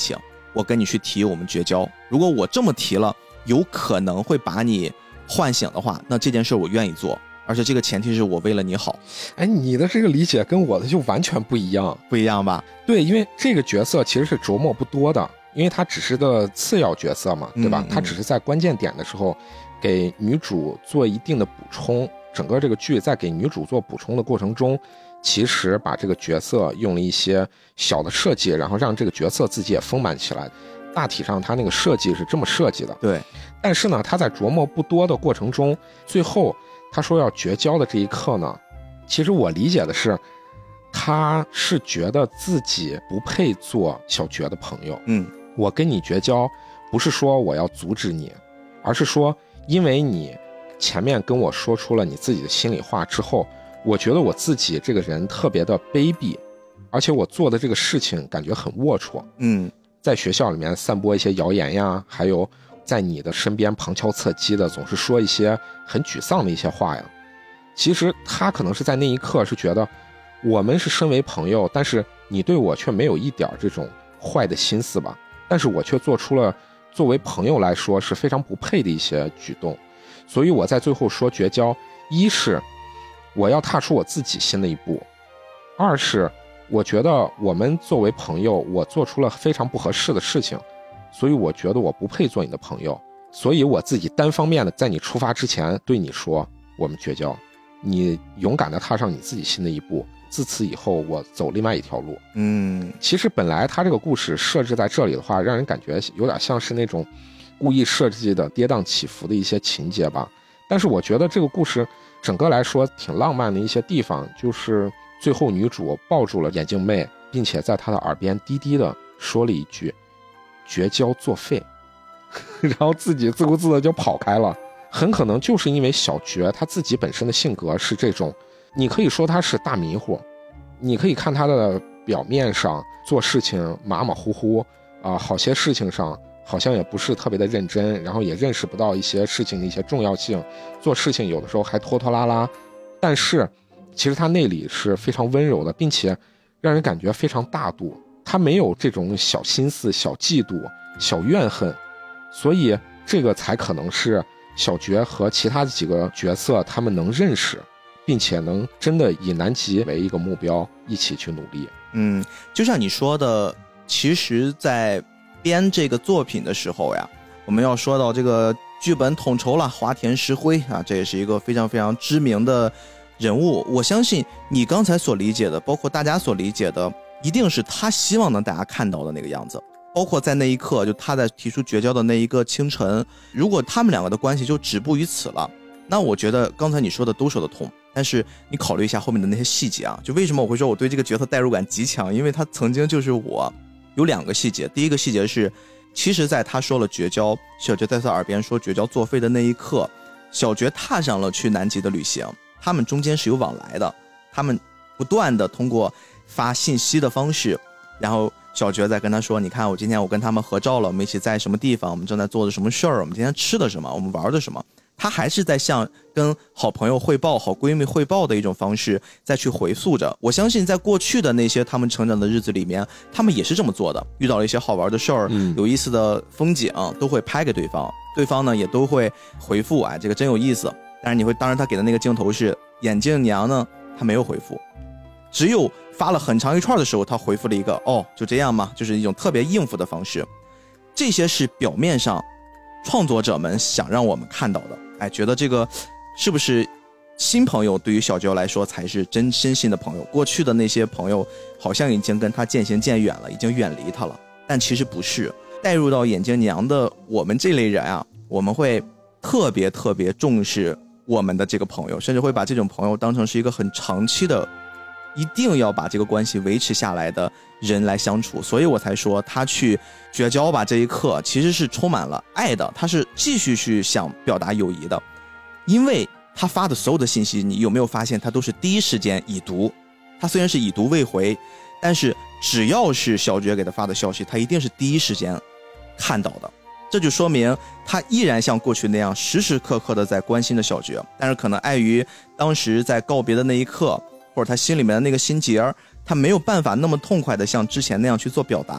我跟你去提我们绝交，如果我这么提了有可能会把你唤醒的话，那这件事我愿意做，而且这个前提是我为了你好。 哎，你的这个理解跟我的就完全不一样。 不一样吧？ 对，因为这个角色其实是琢磨不多的，因为他只是个次要角色嘛，对吧？ 嗯嗯、 他只是在关键点的时候给女主做一定的补充，整个这个剧在给女主做补充的过程中，其实把这个角色用了一些小的设计，然后让这个角色自己也丰满起来。大体上他那个设计是这么设计的。 对， 但是呢，他在琢磨不多的过程中，最后他说要绝交的这一刻呢，其实我理解的是他是觉得自己不配做小觉的朋友。 嗯， 我跟你绝交不是说我要阻止你，而是说因为你前面跟我说出了你自己的心里话之后，我觉得我自己这个人特别的卑鄙，而且我做的这个事情感觉很龌龊。 嗯， 在学校里面散播一些谣言呀，还有在你的身边旁敲侧击的总是说一些很沮丧的一些话呀。其实他可能是在那一刻是觉得我们是身为朋友，但是你对我却没有一点这种坏的心思吧，但是我却做出了作为朋友来说是非常不配的一些举动。所以我在最后说绝交，一是我要踏出我自己新的一步，二是我觉得我们作为朋友，我做出了非常不合适的事情，所以我觉得我不配做你的朋友，所以我自己单方面的在你出发之前对你说我们绝交，你勇敢的踏上你自己新的一步，自此以后我走另外一条路。 嗯， 其实本来他这个故事设置在这里的话，让人感觉有点像是那种故意设计的跌宕起伏的一些情节吧。但是我觉得这个故事整个来说挺浪漫的一些地方，就是最后女主抱住了眼镜妹，并且在她的耳边低低的说了一句绝交作废然后自己自顾自的就跑开了。很可能就是因为小觉她自己本身的性格是这种，你可以说她是大迷糊，你可以看她的表面上做事情马马虎虎啊、呃，好些事情上好像也不是特别的认真，然后也认识不到一些事情的一些重要性，做事情有的时候还拖拖拉拉，但是其实他内里是非常温柔的，并且让人感觉非常大度，他没有这种小心思、小嫉妒、小怨恨，所以这个才可能是小觉和其他几个角色他们能认识，并且能真的以南极为一个目标一起去努力。 嗯，就像你说的，其实在编这个作品的时候呀，我们要说到这个剧本统筹了华田石灰啊，这也是一个非常非常知名的人物。我相信你刚才所理解的，包括大家所理解的，一定是他希望能大家看到的那个样子。包括在那一刻，就他在提出绝交的那一个清晨，如果他们两个的关系就止步于此了，那我觉得刚才你说的都说得通。但是你考虑一下后面的那些细节啊，就为什么我会说我对这个角色代入感极强，因为他曾经就是我。有两个细节，第一个细节是，其实在他说了绝交，小觉在他耳边说绝交作废的那一刻，小觉踏上了去南极的旅行，他们中间是有往来的，他们不断的通过发信息的方式，然后小觉在跟他说，你看我今天我跟他们合照了，我们一起在什么地方，我们正在做的什么事儿，我们今天吃的什么，我们玩的什么，他还是在向跟好朋友汇报、好闺蜜汇报的一种方式再去回溯着。我相信在过去的那些他们成长的日子里面，他们也是这么做的，遇到了一些好玩的事儿、嗯、有意思的风景都会拍给对方，对方呢也都会回复，哎，这个真有意思。但是你会，当然他给的那个镜头是眼镜娘呢，他没有回复，只有发了很长一串的时候他回复了一个哦就这样嘛，就是一种特别应付的方式。这些是表面上创作者们想让我们看到的，哎，觉得这个是不是新朋友对于小觉来说才是真真心的朋友，过去的那些朋友好像已经跟他渐行渐远了，已经远离他了。但其实不是，带入到眼镜娘的我们这类人啊，我们会特别特别重视我们的这个朋友，甚至会把这种朋友当成是一个很长期的，一定要把这个关系维持下来的人来相处。所以我才说他去绝交吧这一刻其实是充满了爱的，他是继续去想表达友谊的。因为他发的所有的信息，你有没有发现他都是第一时间已读，他虽然是已读未回，但是只要是小觉给他发的消息，他一定是第一时间看到的。这就说明他依然像过去那样时时刻刻的在关心着小觉，但是可能碍于当时在告别的那一刻，或者他心里面的那个心结，他没有办法那么痛快的像之前那样去做表达。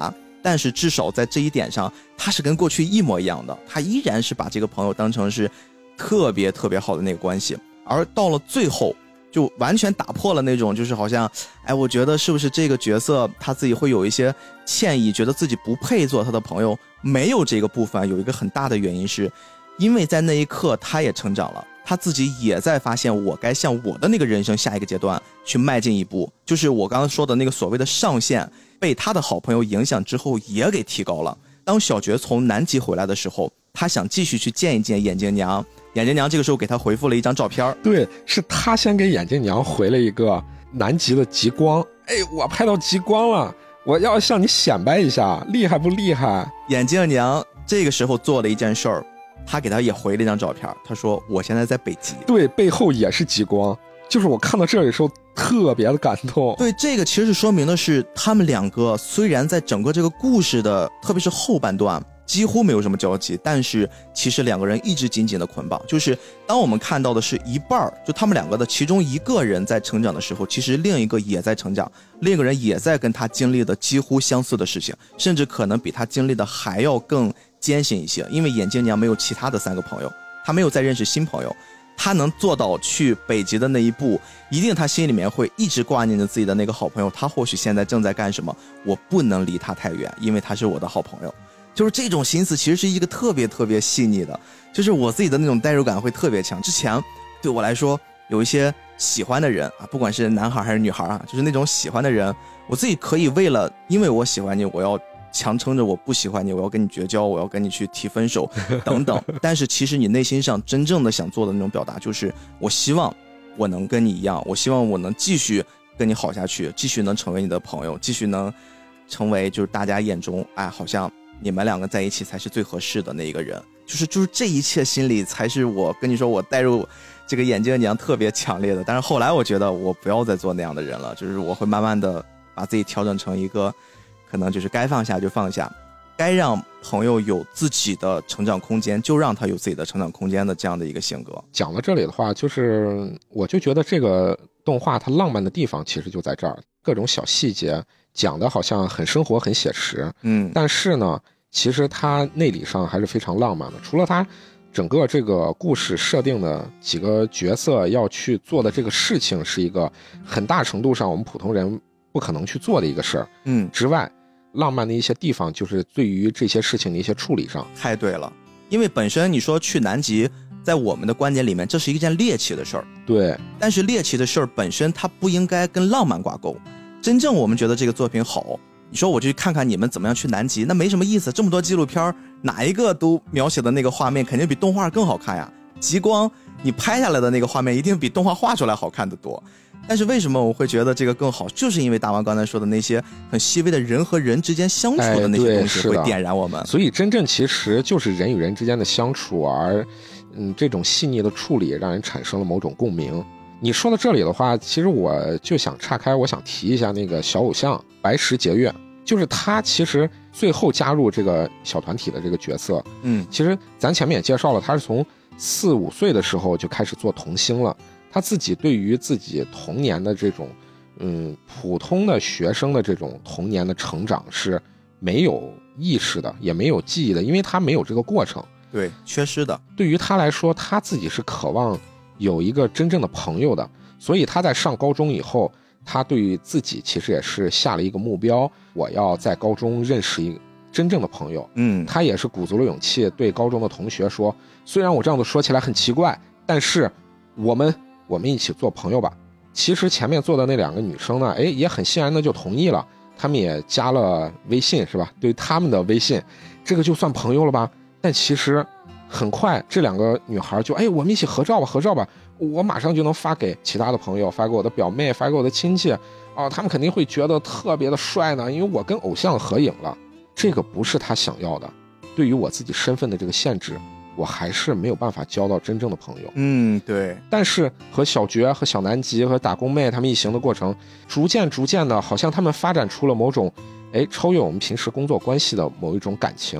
但是至少在这一点上他是跟过去一模一样的，他依然是把这个朋友当成是特别特别好的那个关系。而到了最后就完全打破了那种就是好像哎，我觉得是不是这个角色他自己会有一些歉意，觉得自己不配做他的朋友。没有这个部分，有一个很大的原因是因为在那一刻他也成长了，他自己也在发现我该向我的那个人生下一个阶段去迈进一步，就是我刚刚说的那个所谓的上限被他的好朋友影响之后也给提高了。当小觉从南极回来的时候，他想继续去见一见眼镜娘，眼镜娘这个时候给他回复了一张照片。 对，是他先给眼镜娘回了一个南极的极光，哎，我拍到极光了，我要向你显摆一下，厉害不厉害？ 眼镜娘这个时候做了一件事儿，他给他也回了一张照片，他说我现在在北极。 对，背后也是极光，就是我看到这里的时候特别的感动。 对，这个其实是说明的是他们两个虽然在整个这个故事的特别是后半段几乎没有什么交集，但是其实两个人一直紧紧的捆绑。就是当我们看到的是一半，就他们两个的其中一个人在成长的时候，其实另一个也在成长，另一个人也在跟他经历的几乎相似的事情，甚至可能比他经历的还要更艰辛一些。因为眼镜娘没有其他的三个朋友，他没有再认识新朋友，他能做到去北极的那一步，一定他心里面会一直挂念着自己的那个好朋友，他或许现在正在干什么，我不能离他太远，因为他是我的好朋友。就是这种心思其实是一个特别特别细腻的，就是我自己的那种代入感会特别强。之前对我来说有一些喜欢的人啊，不管是男孩还是女孩啊，就是那种喜欢的人，我自己可以为了因为我喜欢你，我要强撑着我不喜欢你，我要跟你绝交，我要跟你去提分手等等。但是其实你内心上真正的想做的那种表达，就是我希望我能跟你一样，我希望我能继续跟你好下去，继续能成为你的朋友，继续能成为就是大家眼中哎好像你们两个在一起才是最合适的那一个人。就是就是这一切心理才是我跟你说我带入这个眼镜娘特别强烈的。但是后来我觉得我不要再做那样的人了，就是我会慢慢的把自己调整成一个可能就是该放下就放下，该让朋友有自己的成长空间就让他有自己的成长空间的这样的一个性格。 讲到这里的话，就是我就觉得这个动画它浪漫的地方其实就在这儿，各种小细节讲的好像很生活很写实， 嗯， 但是呢其实它内里上还是非常浪漫的。除了它整个这个故事设定的几个角色要去做的这个事情是一个很大程度上我们普通人不可能去做的一个事儿， 嗯之外，浪漫的一些地方就是对于这些事情的一些处理上。 太对了，因为本身你说去南极，在我们的观点里面这是一件猎奇的事儿， 对， 但是猎奇的事儿本身它不应该跟浪漫挂钩。真正我们觉得这个作品好，你说我去看看你们怎么样去南极，那没什么意思。这么多纪录片哪一个都描写的那个画面肯定比动画更好看呀，极光你拍下来的那个画面一定比动画画出来好看得多。但是为什么我会觉得这个更好，就是因为大王刚才说的那些很细微的人和人之间相处的那些东西会点燃我们、 哎、所以真正其实就是人与人之间的相处，而嗯这种细腻的处理让人产生了某种共鸣。你说到这里的话，其实我就想岔开，我想提一下那个小偶像白石节月，就是他其实最后加入这个小团体的这个角色， 嗯， 其实咱前面也介绍了，他是从四五岁的时候就开始做童星了。他自己对于自己童年的这种嗯普通的学生的这种童年的成长是没有意识的，也没有记忆的，因为他没有这个过程， 对，缺失的。 对于他来说，他自己是渴望有一个真正的朋友的，所以他在上高中以后，他对于自己其实也是下了一个目标，我要在高中认识一个真正的朋友。 嗯， 他也是鼓足了勇气对高中的同学说，虽然我这样子说起来很奇怪，但是我们我们一起做朋友吧。其实前面做的那两个女生呢，哎，也很欣然的就同意了，他们也加了微信，是吧？对他们的微信，这个就算朋友了吧？但其实很快这两个女孩就，哎，我们一起合照吧，合照吧，我马上就能发给其他的朋友，发给我的表妹，发给我的亲戚，哦，他们肯定会觉得特别的帅呢，因为我跟偶像合影了。这个不是他想要的，对于我自己身份的这个限制，我还是没有办法交到真正的朋友。 嗯，对。 但是和小觉和小南极和打工妹他们一行的过程，逐渐逐渐的，好像他们发展出了某种，哎，超越我们平时工作关系的某一种感情。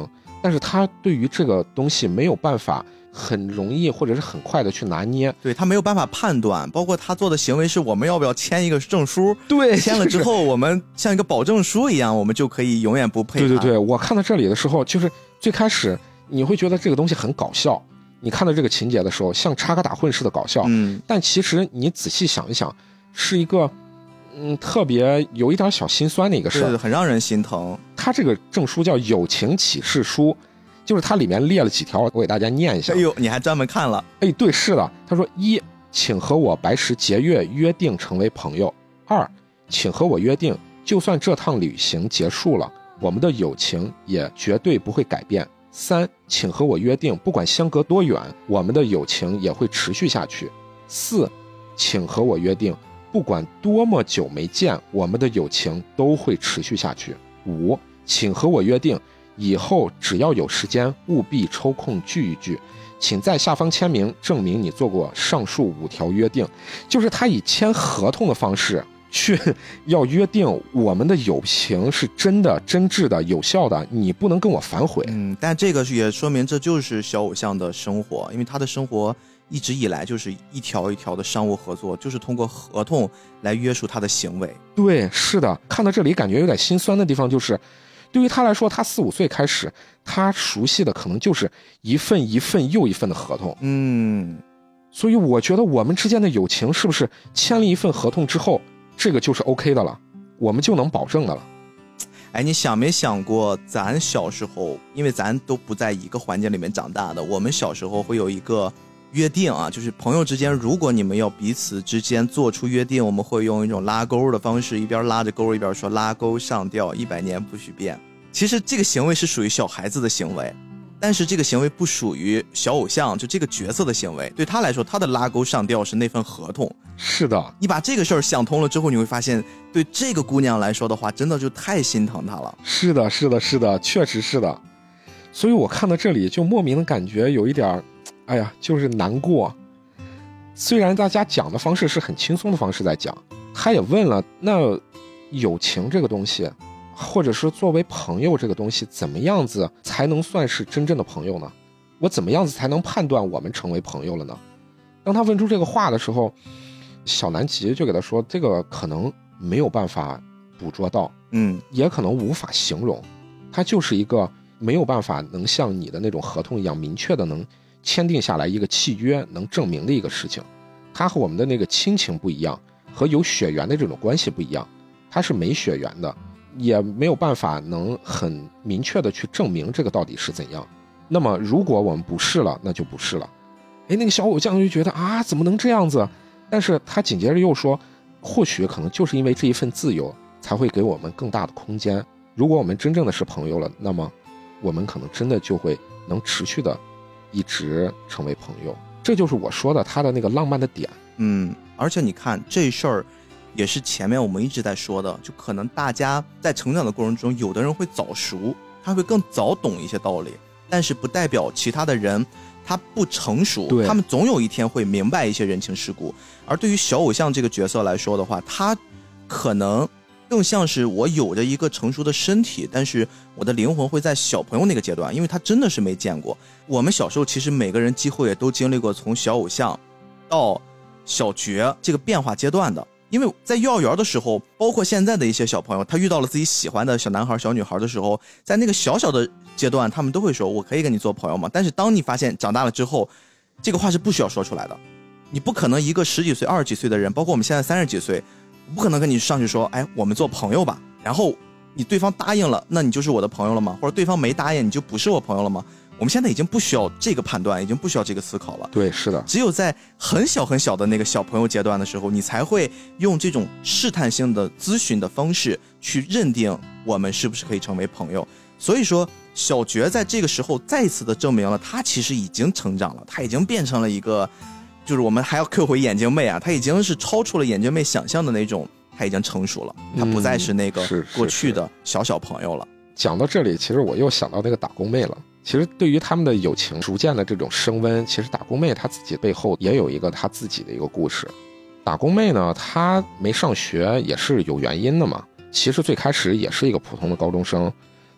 但是他对于这个东西没有办法很容易或者是很快的去拿捏， 对，他没有办法判断，包括他做的行为是我们要不要签一个证书， 对， 签了之后我们像一个保证书一样，我们就可以永远不配他。 对对对，我看到这里的时候，就是最开始你会觉得这个东西很搞笑，你看到这个情节的时候像插科打诨似的搞笑， 嗯， 但其实你仔细想一想，是一个嗯特别有一点小心酸的一个事儿， 很让人心疼。 他这个证书叫友情启示书，就是它里面列了几条，我给大家念一下。 哎呦，你还专门看了？ 哎，对，是的。他说：一，请和我白石节约约定成为朋友；二，请和我约定，就算这趟旅行结束了，我们的友情也绝对不会改变；三，请和我约定，不管相隔多远，我们的友情也会持续下去；四，请和我约定，不管多么久没见，我们的友情都会持续下去；五，请和我约定，以后只要有时间，务必抽空聚一聚，请在下方签名，证明你做过上述五条约定。就是他以签合同的方式去要约定我们的友情是真的、真挚的、有效的，你不能跟我反悔。 嗯，但这个也说明这就是小偶像的生活，因为他的生活一直以来就是一条一条的商务合作，就是通过合同来约束他的行为。 对，是的，看到这里感觉有点心酸的地方就是，对于他来说，他四五岁开始，他熟悉的可能就是一份一份又一份的合同。 嗯， 所以我觉得我们之间的友情是不是签了一份合同之后，这个就是 OK 的了，我们就能保证的了。 哎，你想没想过咱小时候，因为咱都不在一个环境里面长大的，我们小时候会有一个约定啊，就是朋友之间，如果你们要彼此之间做出约定，我们会用一种拉钩的方式，一边拉着钩一边说拉钩上吊，一百年不许变。其实这个行为是属于小孩子的行为，但是这个行为不属于小偶像，就这个角色的行为。对他来说，他的拉钩上吊是那份合同。 是的， 你把这个事儿想通了之后，你会发现对这个姑娘来说的话，真的就太心疼她了。 是的，是的，是的，确实是的。所以我看到这里就莫名的感觉有一点，哎呀，就是难过。虽然大家讲的方式是很轻松的方式在讲，他也问了，那友情这个东西，或者是作为朋友这个东西，怎么样子才能算是真正的朋友呢？我怎么样子才能判断我们成为朋友了呢？当他问出这个话的时候，小南极就给他说，这个可能没有办法捕捉到， 嗯， 也可能无法形容，它就是一个没有办法能像你的那种合同一样明确的能签订下来一个契约能证明的一个事情。它和我们的那个亲情不一样，和有血缘的这种关系不一样，它是没血缘的，也没有办法能很明确的去证明这个到底是怎样。那么如果我们不是了，那就不是了。哎，那个小偶像就觉得啊，怎么能这样子？但是他紧接着又说，或许可能就是因为这一份自由，才会给我们更大的空间。如果我们真正的是朋友了，那么我们可能真的就会能持续的一直成为朋友。这就是我说的他的那个浪漫的点。 嗯，而且你看这事儿也是前面我们一直在说的，就可能大家在成长的过程中，有的人会早熟，他会更早懂一些道理，但是不代表其他的人他不成熟，他们总有一天会明白一些人情世故。而对于小偶像这个角色来说的话，他可能更像是我有着一个成熟的身体，但是我的灵魂会在小朋友那个阶段，因为他真的是没见过。我们小时候其实每个人几乎也都经历过从小偶像到小角这个变化阶段的。因为在幼儿园的时候，包括现在的一些小朋友，他遇到了自己喜欢的小男孩小女孩的时候，在那个小小的阶段，他们都会说我可以跟你做朋友吗？但是当你发现长大了之后，这个话是不需要说出来的。你不可能一个十几岁二十几岁的人，包括我们现在三十几岁，不可能跟你上去说哎我们做朋友吧，然后你对方答应了，那你就是我的朋友了吗？或者对方没答应，你就不是我朋友了吗？我们现在已经不需要这个判断，已经不需要这个思考了。 对，是的， 只有在很小很小的那个小朋友阶段的时候，你才会用这种试探性的咨询的方式去认定我们是不是可以成为朋友。所以说小觉在这个时候再次的证明了他其实已经成长了，他已经变成了一个，就是我们还要 Q 回眼镜妹啊，他已经是超出了眼镜妹想象的那种，他已经成熟了，他不再是那个过去的小小朋友了。 嗯、是是是讲到这里，其实我又想到那个打工妹了。其实对于他们的友情逐渐的这种升温，其实打工妹她自己背后也有一个她自己的一个故事。打工妹呢，她没上学也是有原因的嘛。其实最开始也是一个普通的高中生，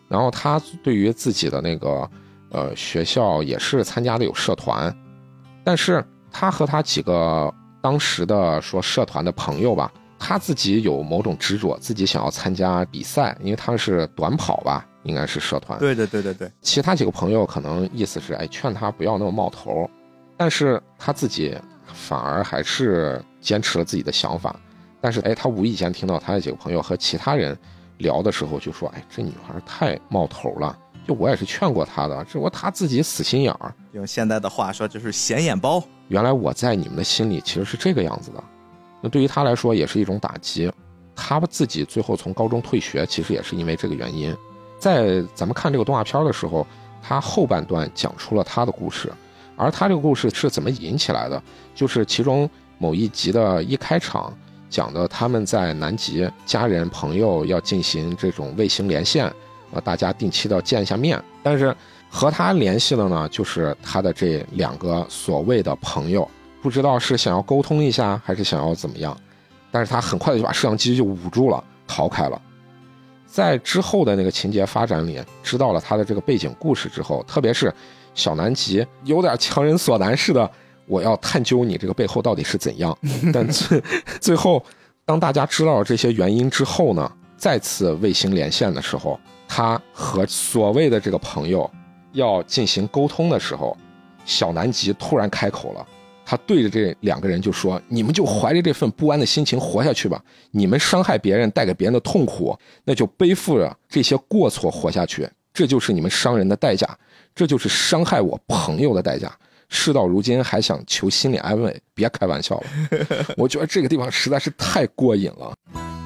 然后他对于自己的那个呃学校也是参加的有社团，但是他和他几个当时的说社团的朋友吧，他自己有某种执着，自己想要参加比赛，因为他是短跑吧，应该是社团。 对对对对对。 其他几个朋友可能意思是，哎，劝他不要那么冒头，但是他自己反而还是坚持了自己的想法。但是，哎，他无意间听到他的几个朋友和其他人聊的时候，就说，哎，这女孩太冒头了。就我也是劝过他的，只不过他自己死心眼儿。 用现在的话说，就是显眼包。 原来我在你们的心里其实是这个样子的。那对于他来说也是一种打击，他自己最后从高中退学其实也是因为这个原因。在咱们看这个动画片的时候，他后半段讲出了他的故事，而他这个故事是怎么引起来的，就是其中某一集的一开场讲的他们在南极家人朋友要进行这种卫星连线，呃，大家定期的见一下面，但是和他联系的呢就是他的这两个所谓的朋友，不知道是想要沟通一下还是想要怎么样，但是他很快的就把摄像机就捂住了，逃开了。在之后的那个情节发展里，知道了他的这个背景故事之后，特别是小南极有点强人所难似的，我要探究你这个背后到底是怎样。但最最后当大家知道了这些原因之后呢，再次卫星连线的时候，他和所谓的这个朋友要进行沟通的时候，小南极突然开口了，他对着这两个人就说，你们就怀着这份不安的心情活下去吧，你们伤害别人带给别人的痛苦，那就背负着这些过错活下去，这就是你们伤人的代价，这就是伤害我朋友的代价，事到如今还想求心理安慰，别开玩笑了。我觉得这个地方实在是太过瘾了。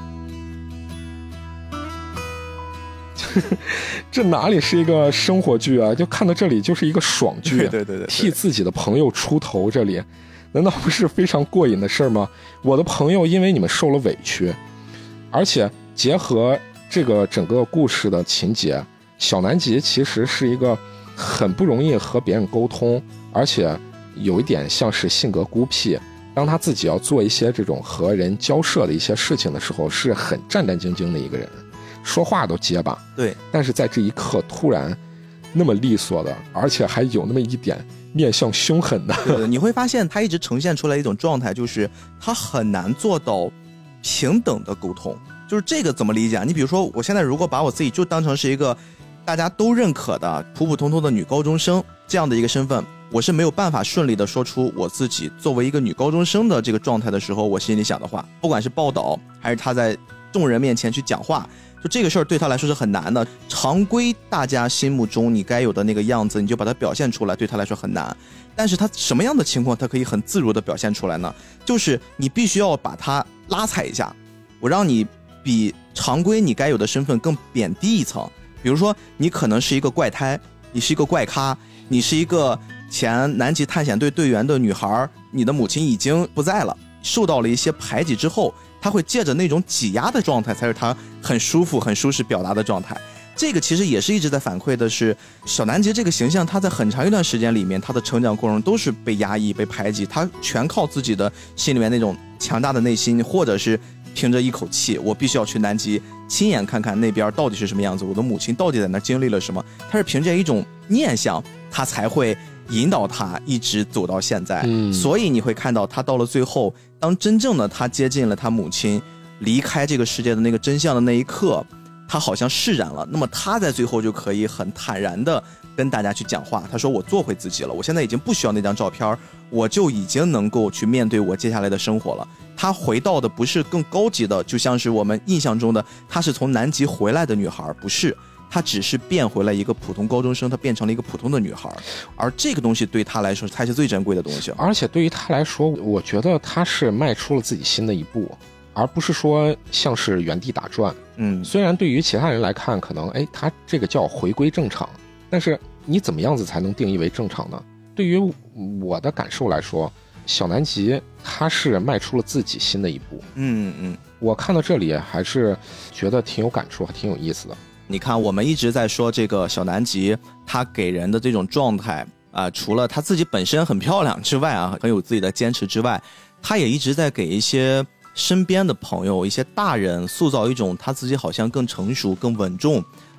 这哪里是一个生活剧啊，就看到这里就是一个爽剧。 对对对 对, 对， 替自己的朋友出头，这里难道不是非常过瘾的事吗？我的朋友因为你们受了委屈，而且结合这个整个故事的情节，小南极其实是一个很不容易和别人沟通，而且有一点像是性格孤僻，当他自己要做一些这种和人交涉的一些事情的时候，是很战战兢兢的一个人，说话都结巴。 对， 但是在这一刻突然那么利索的，而且还有那么一点面向凶狠的。 对，你会发现他一直呈现出来一种状态，就是他很难做到平等的沟通。就是这个怎么理解？你比如说我现在如果把我自己就当成是一个大家都认可的普普通通的女高中生这样的一个身份，我是没有办法顺利的说出我自己作为一个女高中生的这个状态的时候我心里想的话，不管是报道还是他在众人面前去讲话，就这个事儿对他来说是很难的。常规大家心目中你该有的那个样子，你就把它表现出来，对他来说很难。但是他什么样的情况他可以很自如的表现出来呢？就是你必须要把它拉踩一下，我让你比常规你该有的身份更贬低一层。比如说你可能是一个怪胎，你是一个怪咖，你是一个前南极探险队队员的女孩，你的母亲已经不在了，受到了一些排挤之后，他会借着那种挤压的状态才是他很舒服很舒适表达的状态。这个其实也是一直在反馈的是小南极这个形象，他在很长一段时间里面他的成长过程都是被压抑被排挤，他全靠自己的心里面那种强大的内心，或者是凭着一口气我必须要去南极亲眼看看那边到底是什么样子，我的母亲到底在那经历了什么，他是凭着一种念想他才会引导他一直走到现在、嗯、所以你会看到他到了最后，当真正的他接近了他母亲离开这个世界的那个真相的那一刻，他好像释然了，那么他在最后就可以很坦然的跟大家去讲话，他说我做回自己了，我现在已经不需要那张照片，我就已经能够去面对我接下来的生活了。他回到的不是更高级的，就像是我们印象中的他是从南极回来的女孩，不是，她只是变回了一个普通高中生，她变成了一个普通的女孩，而这个东西对她来说才是最珍贵的东西。 而且对于她来说，我觉得她是迈出了自己新的一步，而不是说像是原地打转。嗯，虽然对于其他人来看可能哎，她这个叫回归正常，但是你怎么样子才能定义为正常呢？对于我的感受来说，小南极他是迈出了自己新的一步。嗯嗯，我看到这里还是觉得挺有感触，还挺有意思的。 你看我们一直在说这个小南极他给人的这种状态啊、呃，除了他自己本身很漂亮之外啊，很有自己的坚持之外，他也一直在给一些身边的朋友一些大人塑造一种他自己好像更成熟更稳重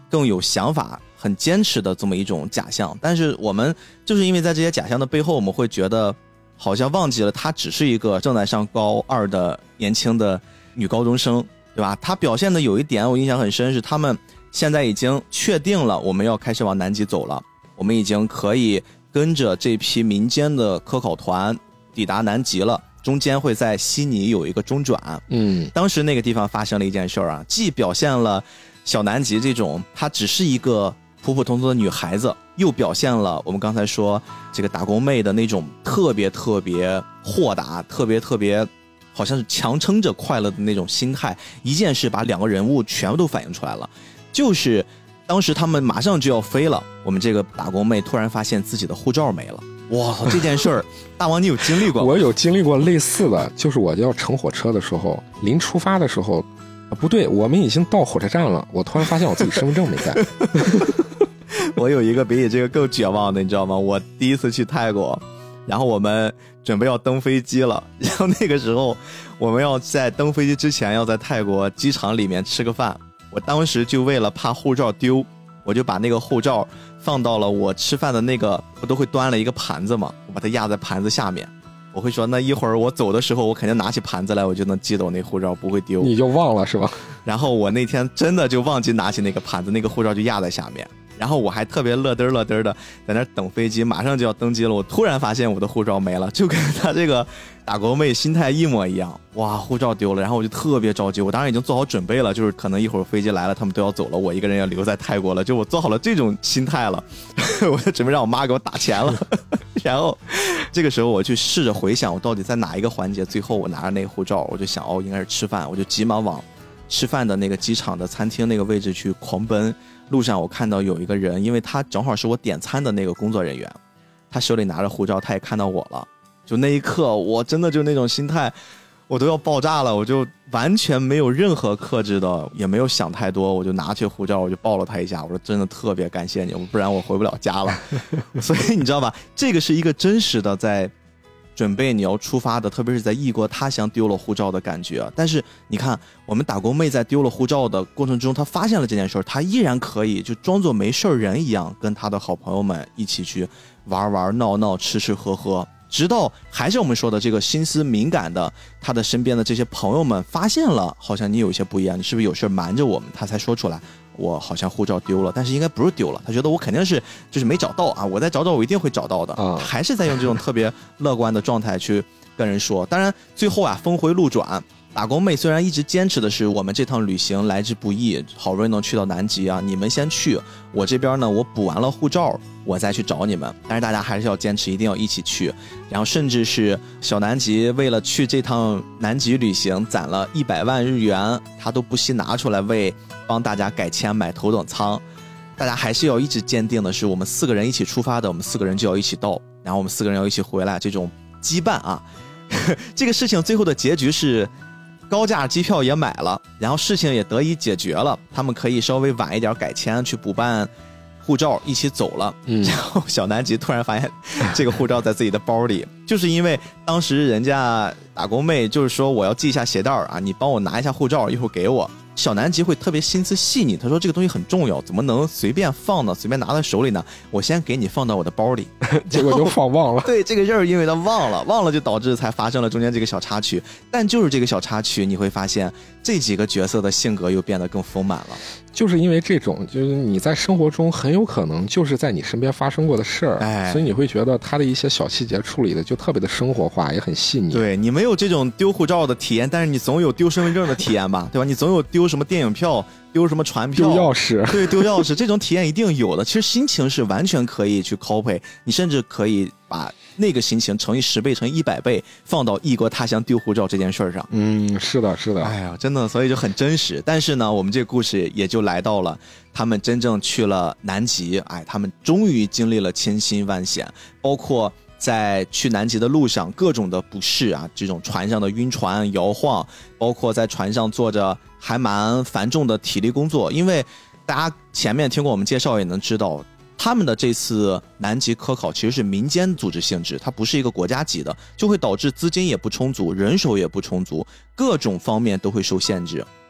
更有想法、很坚持的这么一种假象。但是我们就是因为在这些假象的背后，我们会觉得好像忘记了她只是一个正在上高二的年轻的女高中生，对吧？她表现的有一点我印象很深，是他们现在已经确定了我们要开始往南极走了，我们已经可以跟着这批民间的科考团抵达南极了，中间会在悉尼有一个中转。 嗯， 当时那个地方发生了一件事儿啊，既表现了小南极这种她只是一个普普通通的女孩子，又表现了我们刚才说这个打工妹的那种特别特别豁达，特别特别好像是强撑着快乐的那种心态。一件事把两个人物全部都反映出来了，就是当时他们马上就要飞了，我们这个打工妹突然发现自己的护照没了。哇，这件事儿大王你有经历过吗？ 我有经历过类似的，就是我要乘火车的时候，临出发的时候，啊、不对，我们已经到火车站了，我突然发现我自己身份证没带。 我有一个比你这个更绝望的，你知道吗？我第一次去泰国，然后我们准备要登飞机了，然后那个时候我们要在登飞机之前要在泰国机场里面吃个饭，我当时就为了怕护照丢，我就把那个护照放到了我吃饭的那个，不都会端了一个盘子嘛，我把它压在盘子下面，我会说那一会儿我走的时候我肯定拿起盘子来，我就能记得我那护照不会丢。 你就忘了是吧？ 然后我那天真的就忘记拿起那个盘子，那个护照就压在下面，然后我还特别乐嘚乐嘚的在那等飞机，马上就要登机了，我突然发现我的护照没了，就跟他这个打工妹心态一模一样。哇，护照丢了，然后我就特别着急，我当然已经做好准备了，就是可能一会儿飞机来了他们都要走了，我一个人要留在泰国了，就我做好了这种心态了。我就准备让我妈给我打钱了。然后这个时候我去试着回想我到底在哪一个环节，最后我拿着那个护照，我就想哦应该是吃饭，我就急忙往吃饭的那个机场的餐厅那个位置去狂奔。路上我看到有一个人，因为他正好是我点餐的那个工作人员，他手里拿着护照，他也看到我了，就那一刻我真的就那种心态我都要爆炸了，我就完全没有任何克制的，也没有想太多，我就拿起护照我就抱了他一下，我说真的特别感谢你，不然我回不了家了。所以你知道吧，这个是一个真实的在准备你要出发的，特别是在异国他乡丢了护照的感觉。但是你看我们打工妹在丢了护照的过程中，她发现了这件事，她依然可以就装作没事人一样，跟她的好朋友们一起去玩玩闹闹吃吃喝喝，直到还是我们说的这个心思敏感的她的身边的这些朋友们发现了好像你有些不一样，你是不是有事瞒着我们，她才说出来我好像护照丢了，但是应该不是丢了，他觉得我肯定是就是没找到啊，我再找找我一定会找到的啊，还是在用这种特别乐观的状态去跟人说。当然最后啊峰回路转，打工妹虽然一直坚持的是我们这趟旅行来之不易，好不容易能去到南极啊，你们先去，我这边呢我补完了护照我再去找你们，但是大家还是要坚持一定要一起去。然后甚至是小南极为了去这趟南极旅行攒了一百万日元，他都不惜拿出来为帮大家改签买头等舱。大家还是要一直坚定的是我们四个人一起出发的，我们四个人就要一起到，然后我们四个人要一起回来，这种羁绊啊。这个事情最后的结局是高价机票也买了，然后事情也得以解决了，他们可以稍微晚一点改签去补办护照一起走了。嗯，然后小南极突然发现这个护照在自己的包里，就是因为当时人家打工妹就是说我要系一下鞋带啊，你帮我拿一下护照一会儿给我。小南极会特别心思细腻，他说这个东西很重要，怎么能随便放呢，随便拿在手里呢，我先给你放到我的包里。 结果就放忘了。 对，这个事儿因为他忘了忘了就导致才发生了中间这个小插曲，但就是这个小插曲你会发现这几个角色的性格又变得更丰满了。 就是因为这种就是你在生活中很有可能就是在你身边发生过的事儿，哎，所以你会觉得他的一些小细节处理的就特别的生活化，也很细腻。 对，你没有这种丢护照的体验，但是你总有丢身份证的体验吧，对吧？你总有丢什么电影票，丢什么船票， 丢钥匙， 对，丢钥匙，这种体验一定有的。其实心情是完全可以去 copy， 你甚至可以把那个心情乘以十倍乘以一百倍放到异国他乡丢护照这件事上。 嗯，是的是的。 哎呀，真的，所以就很真实。但是呢我们这个故事也就来到了他们真正去了南极，哎，他们终于经历了千辛万险，包括在去南极的路上各种的不适啊，这种船上的晕船摇晃，包括在船上做着还蛮繁重的体力工作。因为大家前面听过我们介绍也能知道，他们的这次南极科考其实是民间组织性质，它不是一个国家级的，就会导致资金也不充足，人手也不充足，各种方面都会受限制。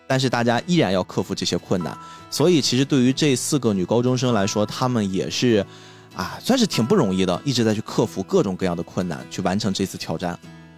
但是大家依然要克服这些困难。所以其实对于这四个女高中生来说，她们也是啊，算是挺不容易的，一直在去克服各种各样的困难，去完成这次挑战。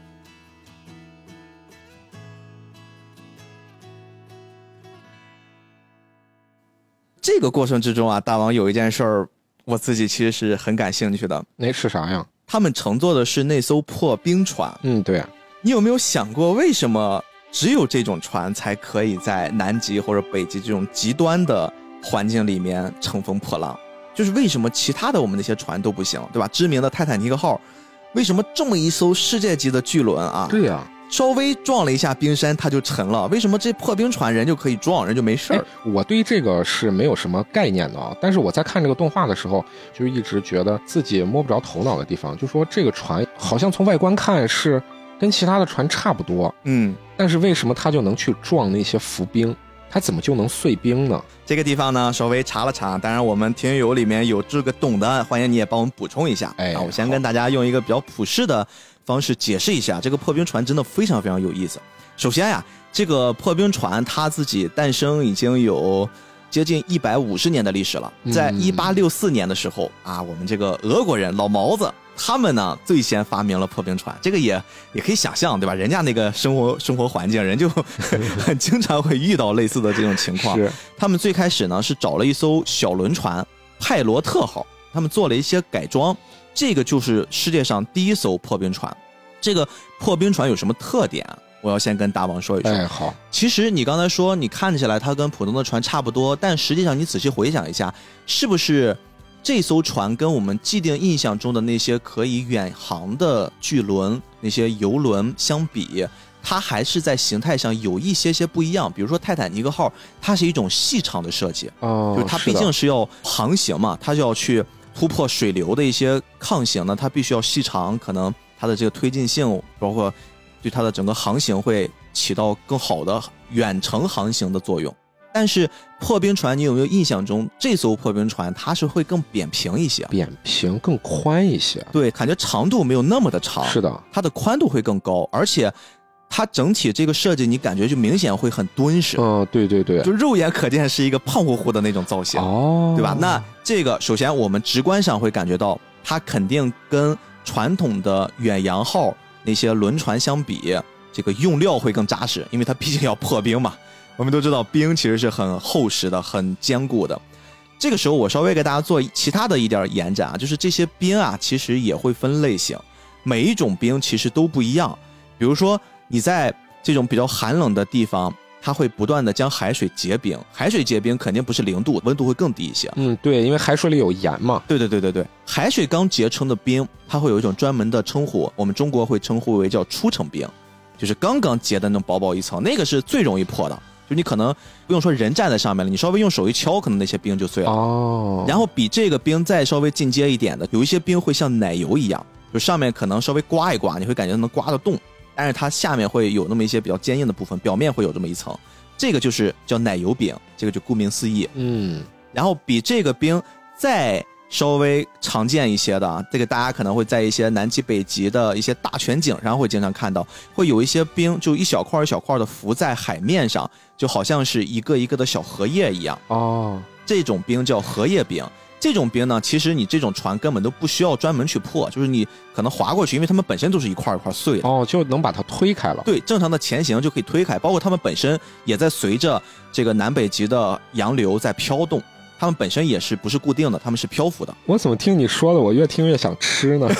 这个过程之中啊，大王有一件事儿，我自己其实是很感兴趣的。 那是啥呀？ 他们乘坐的是那艘破冰船。 嗯，对。 你有没有想过，为什么只有这种船才可以在南极或者北极这种极端的环境里面乘风破浪？就是为什么其他的我们那些船都不行，对吧？知名的泰坦尼克号，为什么这么一艘世界级的巨轮啊？ 对呀、啊。 稍微撞了一下冰山它就沉了，为什么这破冰船人就可以撞，人就没事儿？ 我对这个是没有什么概念的啊，但是我在看这个动画的时候，就一直觉得自己摸不着头脑的地方，就说这个船好像从外观看是跟其他的船差不多， 嗯， 但是为什么它就能去撞那些浮冰？它怎么就能碎冰呢？ 这个地方呢，稍微查了查，当然我们听友里面有这个懂的，欢迎你也帮我们补充一下。 哎， 啊，我先跟大家用一个比较普世的方式解释一下，这个破冰船真的非常非常有意思。首先呀，这个破冰船它自己诞生已经有接近一百五十年的历史了，在一八六四年的时候、嗯、啊，我们这个俄国人老毛子他们呢最先发明了破冰船，这个也也可以想象，对吧？人家那个生活生活环境，人就很经常会遇到类似的这种情况。 是， 他们最开始呢是找了一艘小轮船派罗特号，他们做了一些改装，这个就是世界上第一艘破冰船。这个破冰船有什么特点？我要先跟大王说一说。 哎，好。 其实你刚才说你看起来它跟普通的船差不多，但实际上你仔细回想一下，是不是这艘船跟我们既定印象中的那些可以远航的巨轮、那些游轮相比，它还是在形态上有一些些不一样。比如说泰坦尼克号，它是一种细长的设计， 哦， 就是它毕竟是要航行嘛，它就要去突破水流的一些抗行呢，它必须要细长，可能它的这个推进性，包括对它的整个航行会起到更好的远程航行的作用。但是破冰船，你有没有印象中这艘破冰船它是会更扁平一些， 扁平更宽一些？ 对，感觉长度没有那么的长， 是的， 它的宽度会更高，而且它整体这个设计你感觉就明显会很敦实。 嗯，对对对， 就肉眼可见是一个胖乎乎的那种造型， 哦， 对吧？那这个首先我们直观上会感觉到它肯定跟传统的远洋号那些轮船相比，这个用料会更扎实，因为它毕竟要破冰嘛。我们都知道冰其实是很厚实的，很坚固的。这个时候我稍微给大家做其他的一点延展啊，就是这些冰啊其实也会分类型，每一种冰其实都不一样。比如说你在这种比较寒冷的地方，它会不断的将海水结冰，海水结冰肯定不是零度，温度会更低一些。 嗯，对，因为海水里有盐嘛。 对对对对对，海水刚结成的冰，它会有一种专门的称呼，我们中国会称呼为叫初成冰，就是刚刚结的那种薄薄一层，那个是最容易破的。就你可能不用说人站在上面了，你稍微用手一敲，可能那些冰就碎了。 哦。 然后比这个冰再稍微进阶一点的，有一些冰会像奶油一样，就上面可能稍微刮一刮，你会感觉能刮得动，但是它下面会有那么一些比较坚硬的部分，表面会有这么一层，这个就是叫奶油冰，这个就顾名思义。 嗯。 然后比这个冰再稍微常见一些的啊，这个大家可能会在一些南极北极的一些大全景上会经常看到，会有一些冰就一小块一小块的浮在海面上，就好像是一个一个的小荷叶一样。 哦， 这种冰叫荷叶冰。这种冰呢，其实你这种船根本都不需要专门去破，就是你可能划过去，因为它们本身都是一块一块碎的。 哦，就能把它推开了。 对，正常的前行就可以推开，包括它们本身也在随着这个南北极的洋流在飘动。它们本身也是不是固定的，它们是漂浮的。 我怎么听你说的，我越听越想吃呢？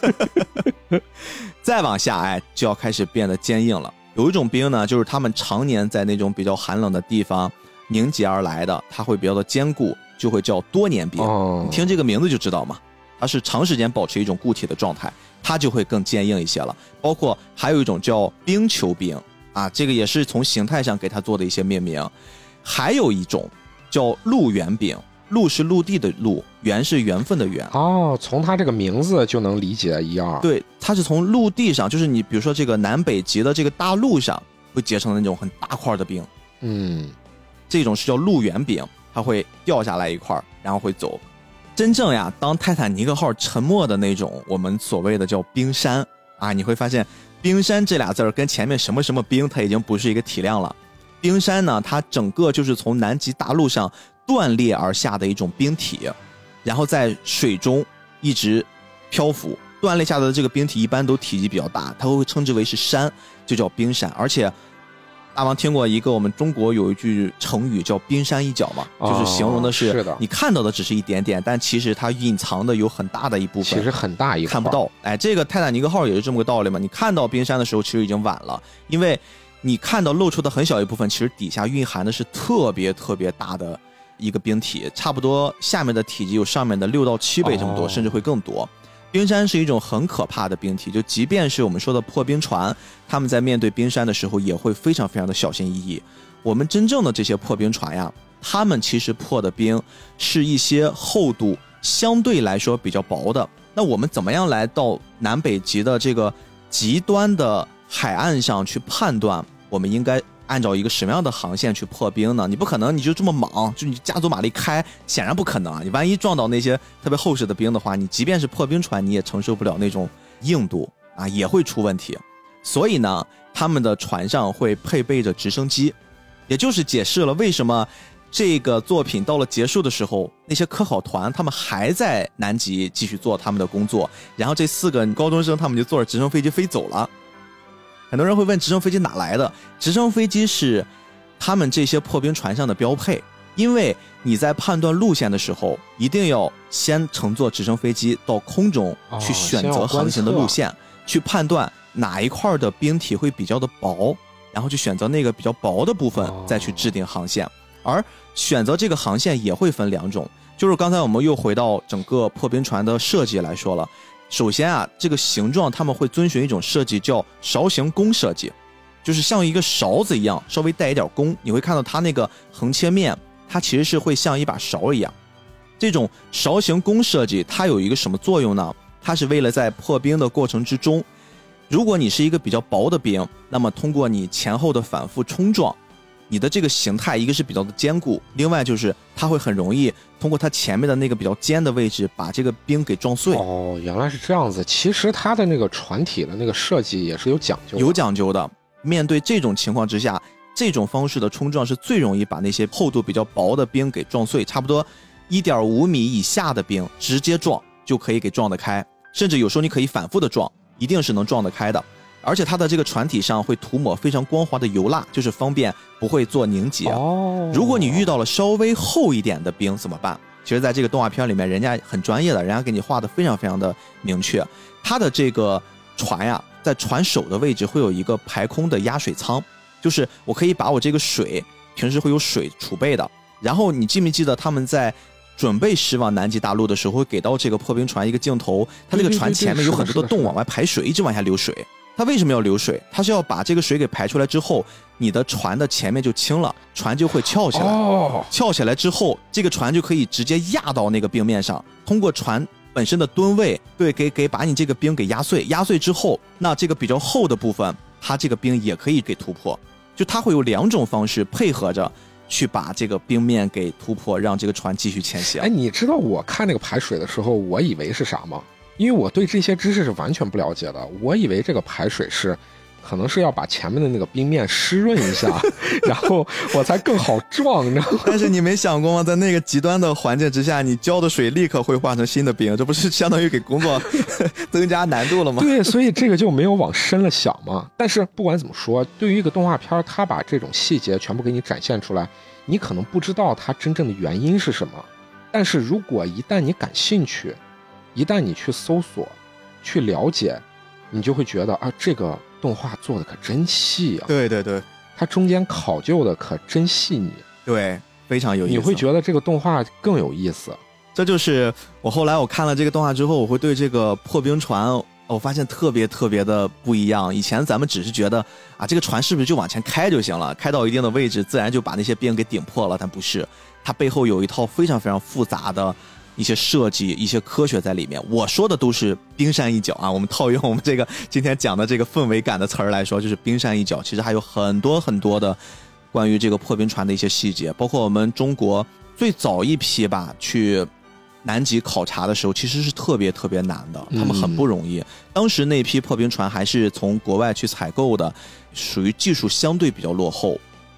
再往下，哎，就要开始变得坚硬了。有一种冰呢，就是它们常年在那种比较寒冷的地方凝结而来的，它会比较的坚固，就会叫多年冰。 哦， 你听这个名字就知道嘛，它是长时间保持一种固体的状态，它就会更坚硬一些了。包括还有一种叫冰球冰啊，这个也是从形态上给它做的一些命名。还有一种叫陆缘冰，陆是陆地的陆，缘是缘分的缘。 哦，从它这个名字就能理解一二。 对，它是从陆地上，就是你比如说这个南北极的这个大陆上会结成的那种很大块的冰。 嗯， 这种是叫陆缘冰，它会掉下来一块，然后会走。真正呀，当泰坦尼克号沉没的那种，我们所谓的叫冰山啊，你会发现冰山这俩字儿跟前面什么什么冰，它已经不是一个体量了。 冰山呢，它整个就是从南极大陆上断裂而下的一种冰体，然后在水中一直漂浮。断裂下的这个冰体一般都体积比较大，它会称之为是山，就叫冰山。而且大王听过一个我们中国有一句成语叫冰山一角嘛， 哦、 就是形容的是是的你看到的只是一点点，但其实它隐藏的有很大的一部分， 其实很大一块看不到。哎，这个泰坦尼克号也是这么个道理嘛。你看到冰山的时候，其实已经晚了，因为你看到露出的很小一部分，其实底下蕴含的是特别特别大的一个冰体，差不多下面的体积有上面的六到七倍这么多， 哦、 甚至会更多。冰山是一种很可怕的冰体，就即便是我们说的破冰船，他们在面对冰山的时候也会非常非常的小心翼翼。我们真正的这些破冰船呀，他们其实破的冰是一些厚度相对来说比较薄的。那我们怎么样来到南北极的这个极端的海岸上去判断我们应该按照一个什么样的航线去破冰呢？你不可能你就这么莽，就你加足马力开，显然不可能啊！你万一撞到那些特别厚实的冰的话，你即便是破冰船，你也承受不了那种硬度啊，也会出问题。所以呢，他们的船上会配备着直升机，也就是解释了为什么这个作品到了结束的时候，那些科考团他们还在南极继续做他们的工作，然后这四个高中生他们就坐着直升飞机飞走了。很多人会问直升飞机哪来的？直升飞机是他们这些破冰船上的标配，因为你在判断路线的时候，一定要先乘坐直升飞机到空中去选择航行的路线，哦、去判断哪一块的冰体会比较的薄，然后去选择那个比较薄的部分，再去制定航线。哦、而选择这个航线也会分两种，就是刚才我们又回到整个破冰船的设计来说了。首先啊，这个形状他们会遵循一种设计叫勺形弓设计，就是像一个勺子一样，稍微带一点弓。你会看到它那个横切面，它其实是会像一把勺一样。这种勺形弓设计它有一个什么作用呢？它是为了在破冰的过程之中，如果你是一个比较薄的冰，那么通过你前后的反复冲撞，你的这个形态一个是比较的坚固，另外就是它会很容易通过它前面的那个比较尖的位置把这个冰给撞碎。 哦，原来是这样子。其实它的那个船体的那个设计也是有讲究的， 有讲究的。面对这种情况之下，这种方式的冲撞是最容易把那些厚度比较薄的冰给撞碎，差不多 一点五米以下的冰直接撞就可以给撞得开，甚至有时候你可以反复的撞，一定是能撞得开的。而且它的这个船体上会涂抹非常光滑的油蜡，就是方便不会做凝结。 哦， 如果你遇到了稍微厚一点的冰怎么办？其实在这个动画片里面人家很专业的，人家给你画的非常非常的明确。它的这个船呀，在船首的位置会有一个排空的压水舱，就是我可以把我这个水，平时会有水储备的，然后你记没记得他们在准备驶往南极大陆的时候会给到这个破冰船一个镜头，它这个船前面有很多的洞往外排水，一直往下流水。它为什么要流水？它是要把这个水给排出来之后，你的船的前面就轻了，船就会翘起来。哦，翘起来之后，这个船就可以直接压到那个冰面上，通过船本身的吨位，对，给给把你这个冰给压碎。压碎之后，那这个比较厚的部分，它这个冰也可以给突破。就它会有两种方式配合着去把这个冰面给突破，让这个船继续前行。 哎，你知道我看那个排水的时候，我以为是啥吗？因为我对这些知识是完全不了解的，我以为这个排水是可能是要把前面的那个冰面湿润一下，然后我才更好撞，你知道吗？ 但是你没想过吗？在那个极端的环境之下，你浇的水立刻会化成新的冰，这不是相当于给工作增加难度了吗？ 对，所以这个就没有往深了想嘛。但是不管怎么说，对于一个动画片，它把这种细节全部给你展现出来，你可能不知道它真正的原因是什么，但是如果一旦你感兴趣，一旦你去搜索去了解，你就会觉得啊，这个动画做的可真细啊。 对对对， 它中间考究的可真细腻。 对，非常有意思。 你会觉得这个动画更有意思。 这就是我后来我看了这个动画之后，我会对这个破冰船我发现特别特别的不一样。以前咱们只是觉得啊，这个船是不是就往前开就行了，开到一定的位置自然就把那些冰给顶破了，但不是，它背后有一套非常非常复杂的一些设计，一些科学在里面。我说的都是冰山一角啊，我们套用我们这个今天讲的这个氛围感的词儿来说，就是冰山一角。其实还有很多很多的关于这个破冰船的一些细节，包括我们中国最早一批吧去南极考察的时候，其实是特别特别难的，他们很不容易。嗯、当时那批破冰船还是从国外去采购的，属于技术相对比较落后。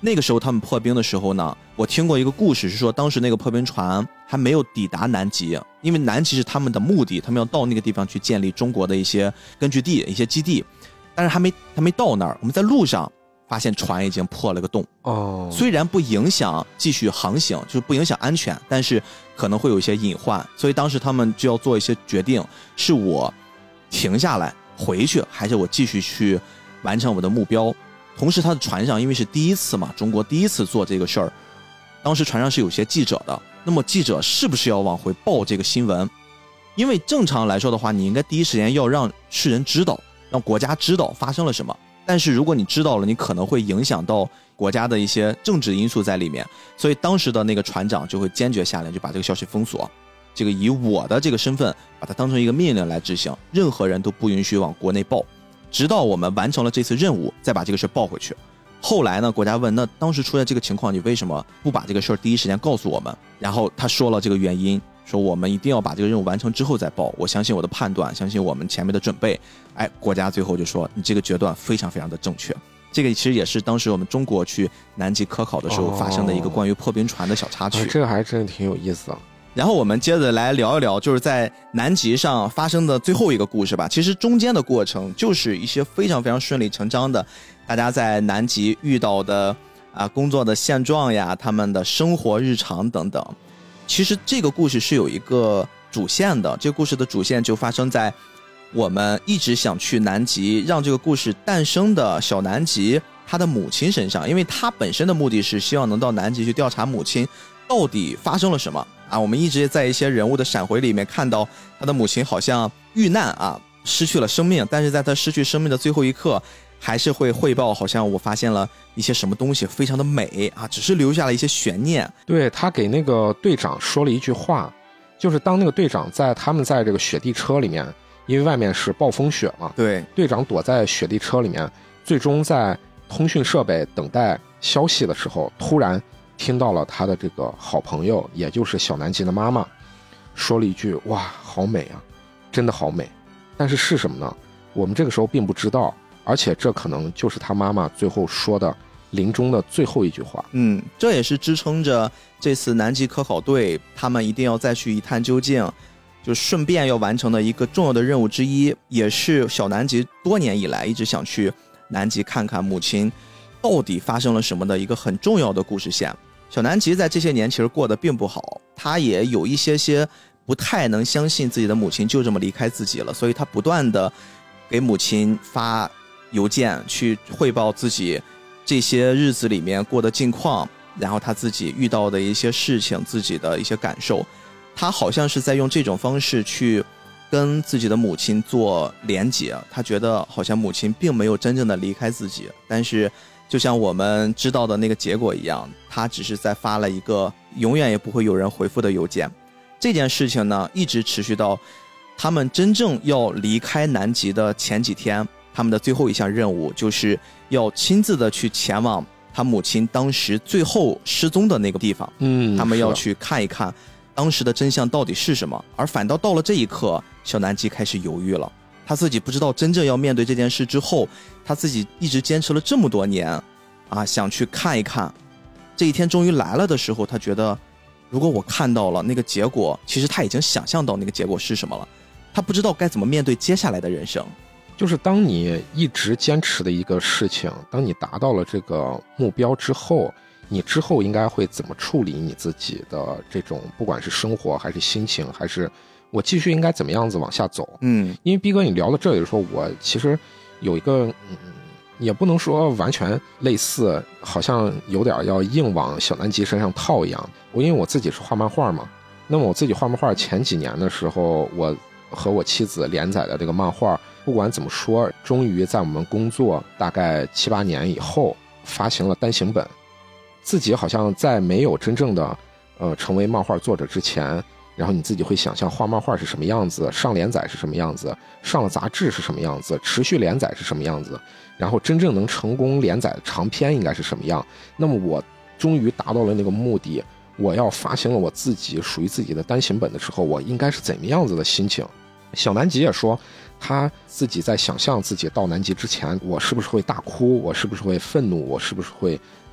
那个时候他们破冰的时候呢，我听过一个故事，是说当时那个破冰船还没有抵达南极，因为南极是他们的目的，他们要到那个地方去建立中国的一些根据地、一些基地，但是还没还没到那儿，我们在路上发现船已经破了个洞。 哦， 虽然不影响继续航行，就是不影响安全，但是可能会有一些隐患，所以当时他们就要做一些决定，是我停下来回去，还是我继续去完成我的目标。同时他的船上因为是第一次嘛，中国第一次做这个事儿，当时船上是有些记者的，那么记者是不是要往回报这个新闻？因为正常来说的话，你应该第一时间要让世人知道，让国家知道发生了什么，但是如果你知道了，你可能会影响到国家的一些政治因素在里面，所以当时的那个船长就会坚决下来，就把这个消息封锁，这个以我的这个身份把它当成一个命令来执行，任何人都不允许往国内报，直到我们完成了这次任务再把这个事报回去。后来呢，国家问那当时出现这个情况，你为什么不把这个事儿第一时间告诉我们？然后他说了这个原因，说我们一定要把这个任务完成之后再报，我相信我的判断，相信我们前面的准备。哎，国家最后就说你这个决断非常非常的正确。这个其实也是当时我们中国去南极科考的时候发生的一个关于破冰船的小插曲。 哦，这个还真挺有意思的。 然后我们接着来聊一聊，就是在南极上发生的最后一个故事吧。其实中间的过程就是一些非常非常顺理成章的，大家在南极遇到的啊工作的现状呀，他们的生活日常等等。其实这个故事是有一个主线的，这个故事的主线就发生在我们一直想去南极，让这个故事诞生的小南极他的母亲身上，因为他本身的目的是希望能到南极去调查母亲到底发生了什么啊。我们一直在一些人物的闪回里面看到他的母亲好像遇难啊，失去了生命，但是在他失去生命的最后一刻还是会汇报，好像我发现了一些什么东西非常的美啊，只是留下了一些悬念。 对，他给那个队长说了一句话，就是当那个队长在他们在这个雪地车里面，因为外面是暴风雪嘛， 对， 队长躲在雪地车里面，最终在通讯设备等待消息的时候，突然听到了他的这个好朋友，也就是小南极的妈妈说了一句，哇，好美啊，真的好美。但是是什么呢？我们这个时候并不知道，而且这可能就是他妈妈最后说的临终的最后一句话。 嗯，这也是支撑着这次南极科考队他们一定要再去一探究竟，就顺便要完成的一个重要的任务之一，也是小南极多年以来一直想去南极看看母亲到底发生了什么的一个很重要的故事线。小南极在这些年其实过得并不好，他也有一些些不太能相信自己的母亲就这么离开自己了，所以他不断的给母亲发邮件去汇报自己这些日子里面过的近况，然后他自己遇到的一些事情，自己的一些感受，他好像是在用这种方式去跟自己的母亲做连结。他觉得好像母亲并没有真正的离开自己，但是就像我们知道的那个结果一样，他只是在发了一个永远也不会有人回复的邮件。这件事情呢，一直持续到他们真正要离开南极的前几天，他们的最后一项任务就是要亲自的去前往他母亲当时最后失踪的那个地方。 嗯， 他们要去看一看当时的真相到底是什么。而反倒到了这一刻，小南极开始犹豫了，他自己不知道真正要面对这件事之后，他自己一直坚持了这么多年啊，想去看一看，这一天终于来了的时候，他觉得如果我看到了那个结果，其实他已经想象到那个结果是什么了，他不知道该怎么面对接下来的人生。 就是当你一直坚持的一个事情，当你达到了这个目标之后，你之后应该会怎么处理你自己的这种不管是生活还是心情，还是我继续应该怎么样子往下走。 嗯， 因为逼哥你聊到这里的时候，我其实有一个嗯，也不能说完全类似，好像有点要硬往小南极身上套一样。我因为我自己是画漫画嘛，那么我自己画漫画前几年的时候，我和我妻子连载的这个漫画，不管怎么说，终于在我们工作大概七八年以后发行了单行本。自己好像在没有真正的呃成为漫画作者之前，然后你自己会想象画漫画是什么样子，上连载是什么样子，上了杂志是什么样子，持续连载是什么样子，然后真正能成功连载的长篇应该是什么样。那么我终于达到了那个目的，我要发行了我自己属于自己的单行本的时候，我应该是怎么样子的心情。小南极也说他自己在想象自己到南极之前，我是不是会大哭，我是不是会愤怒，我是不是会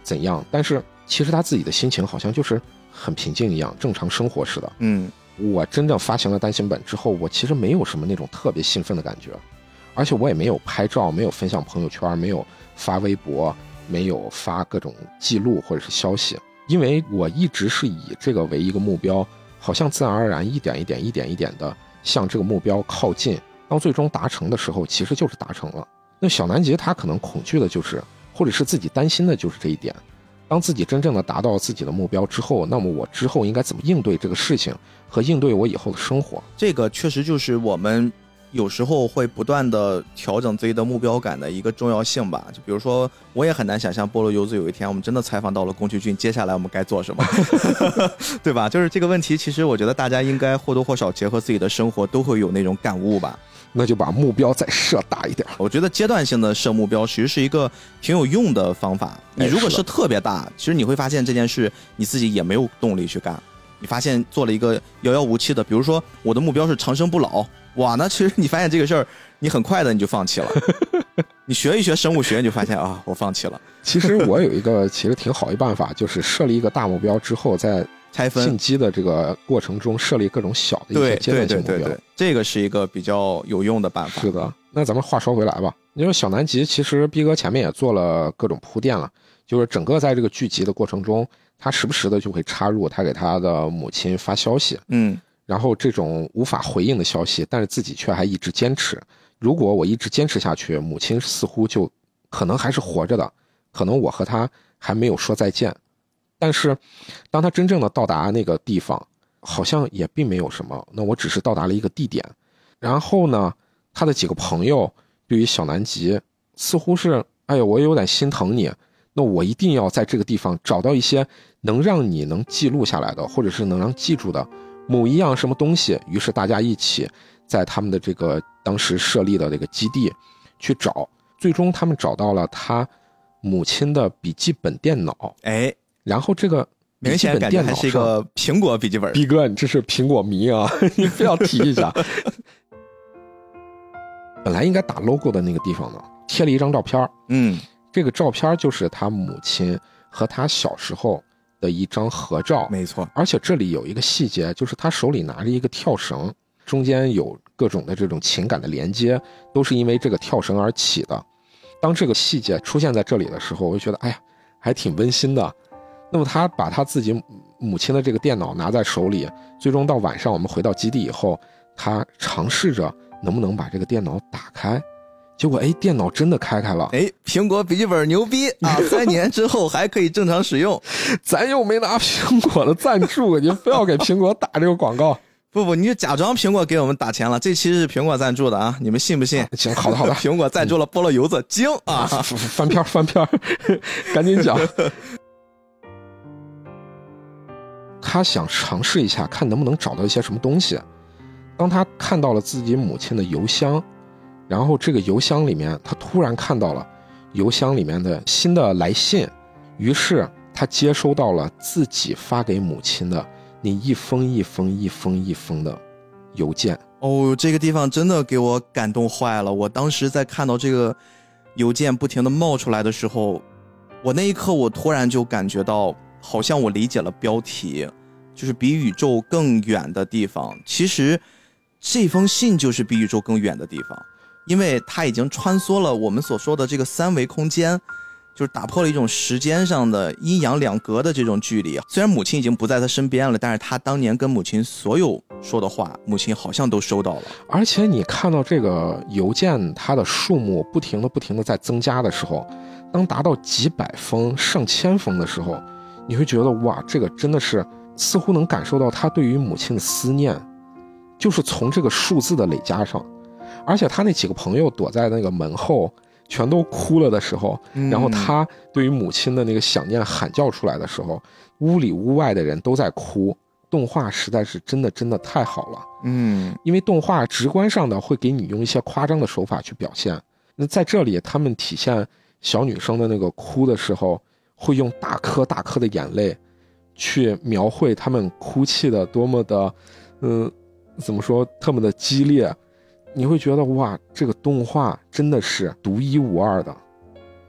怎样，但是其实他自己的心情好像就是很平静一样，正常生活似的。 嗯， 我真正发行了单行本之后，我其实没有什么那种特别兴奋的感觉，而且我也没有拍照，没有分享朋友圈，没有发微博，没有发各种记录或者是消息，因为我一直是以这个为一个目标，好像自然而然一点一点一点一点的向这个目标靠近，到最终达成的时候其实就是达成了。那小南极他可能恐惧的就是或者是自己担心的就是这一点，当自己真正的达到自己的目标之后，那么我之后应该怎么应对这个事情和应对我以后的生活。 这个确实就是我们有时候会不断的调整自己的目标感的一个重要性吧。就比如说我也很难想象菠萝油子有一天我们真的采访到了宫崎骏，接下来我们该做什么对吧？就是这个问题其实我觉得大家应该或多或少结合自己的生活都会有那种感悟吧。 那就把目标再设大一点。 我觉得阶段性的设目标其实是一个挺有用的方法。你如果是特别大，其实你会发现这件事你自己也没有动力去干，你发现做了一个遥遥无期的，比如说我的目标是长生不老，哇，那其实你发现这个事儿你很快的你就放弃了你学一学生物学你就发现啊，我放弃了。 其实我有一个其实挺好一办法，就是设立一个大目标之后，在拆分进击的这个过程中设立各种小的一些阶段性目标。 对对对对对，这个是一个比较有用的办法。 是的。那咱们话说回来吧，因为小南极其实逼哥前面也做了各种铺垫了，就是整个在这个剧集的过程中，他时不时的就会插入他给他的母亲发消息， 嗯， 然后这种无法回应的消息，但是自己却还一直坚持。如果我一直坚持下去，母亲似乎就可能还是活着的，可能我和他还没有说再见。但是当他真正的到达那个地方，好像也并没有什么，那我只是到达了一个地点。然后呢，他的几个朋友对于小南极似乎是，哎呀，我有点心疼你，那我一定要在这个地方找到一些能让你能记录下来的，或者是能让记住的某一样什么东西。于是大家一起在他们的这个当时设立的这个基地去找，最终他们找到了他母亲的笔记本电脑。 哎， 然后这个明显感觉还是一个苹果笔记本。 逼哥，你这是苹果迷啊你非要提一下本来应该打 logo 的那个地方呢，贴了一张照片。 嗯， 这个照片就是他母亲和他小时候的一张合照。 没错。 而且这里有一个细节，就是他手里拿着一个跳绳，中间有各种的这种情感的连接，都是因为这个跳绳而起的。当这个细节出现在这里的时候，我就觉得哎呀，还挺温馨的。那么他把他自己母亲的这个电脑拿在手里，最终到晚上我们回到基地以后，他尝试着能不能把这个电脑打开，结果哎，电脑真的开开了。 哎，苹果笔记本牛逼啊！三年之后还可以正常使用咱又没拿苹果的赞助，你非要给苹果打这个广告不不，你就假装苹果给我们打钱了，这期是苹果赞助的啊，你们信不信？ 啊、行，好的好的苹果赞助了菠萝油子，精啊！ 翻篇翻篇赶紧讲他想尝试一下，看能不能找到一些什么东西。当他看到了自己母亲的邮箱，然后这个邮箱里面，他突然看到了邮箱里面的新的来信，于是他接收到了自己发给母亲的那一封一封一封一封的邮件。 哦，这个地方真的给我感动坏了。我当时在看到这个邮件不停地冒出来的时候，我那一刻我突然就感觉到，好像我理解了标题，就是比宇宙更远的地方。其实这封信就是比宇宙更远的地方，因为它已经穿梭了我们所说的这个三维空间，就是打破了一种时间上的阴阳两隔的这种距离。虽然母亲已经不在他身边了，但是他当年跟母亲所有说的话，母亲好像都收到了。 而且你看到这个邮件它的数目不停的不停的在增加的时候，当达到几百封上千封的时候，你会觉得哇，这个真的是似乎能感受到他对于母亲的思念，就是从这个数字的累加上。而且他那几个朋友躲在那个门后全都哭了的时候，然后他对于母亲的那个想念喊叫出来的时候，屋里屋外的人都在哭。动画实在是真的真的太好了。 嗯， 因为动画直观上的会给你用一些夸张的手法去表现，那在这里他们体现小女生的那个哭的时候，会用大颗大颗的眼泪去描绘他们哭泣的多么的嗯，怎么说，特么的激烈。你会觉得哇，这个动画真的是独一无二的。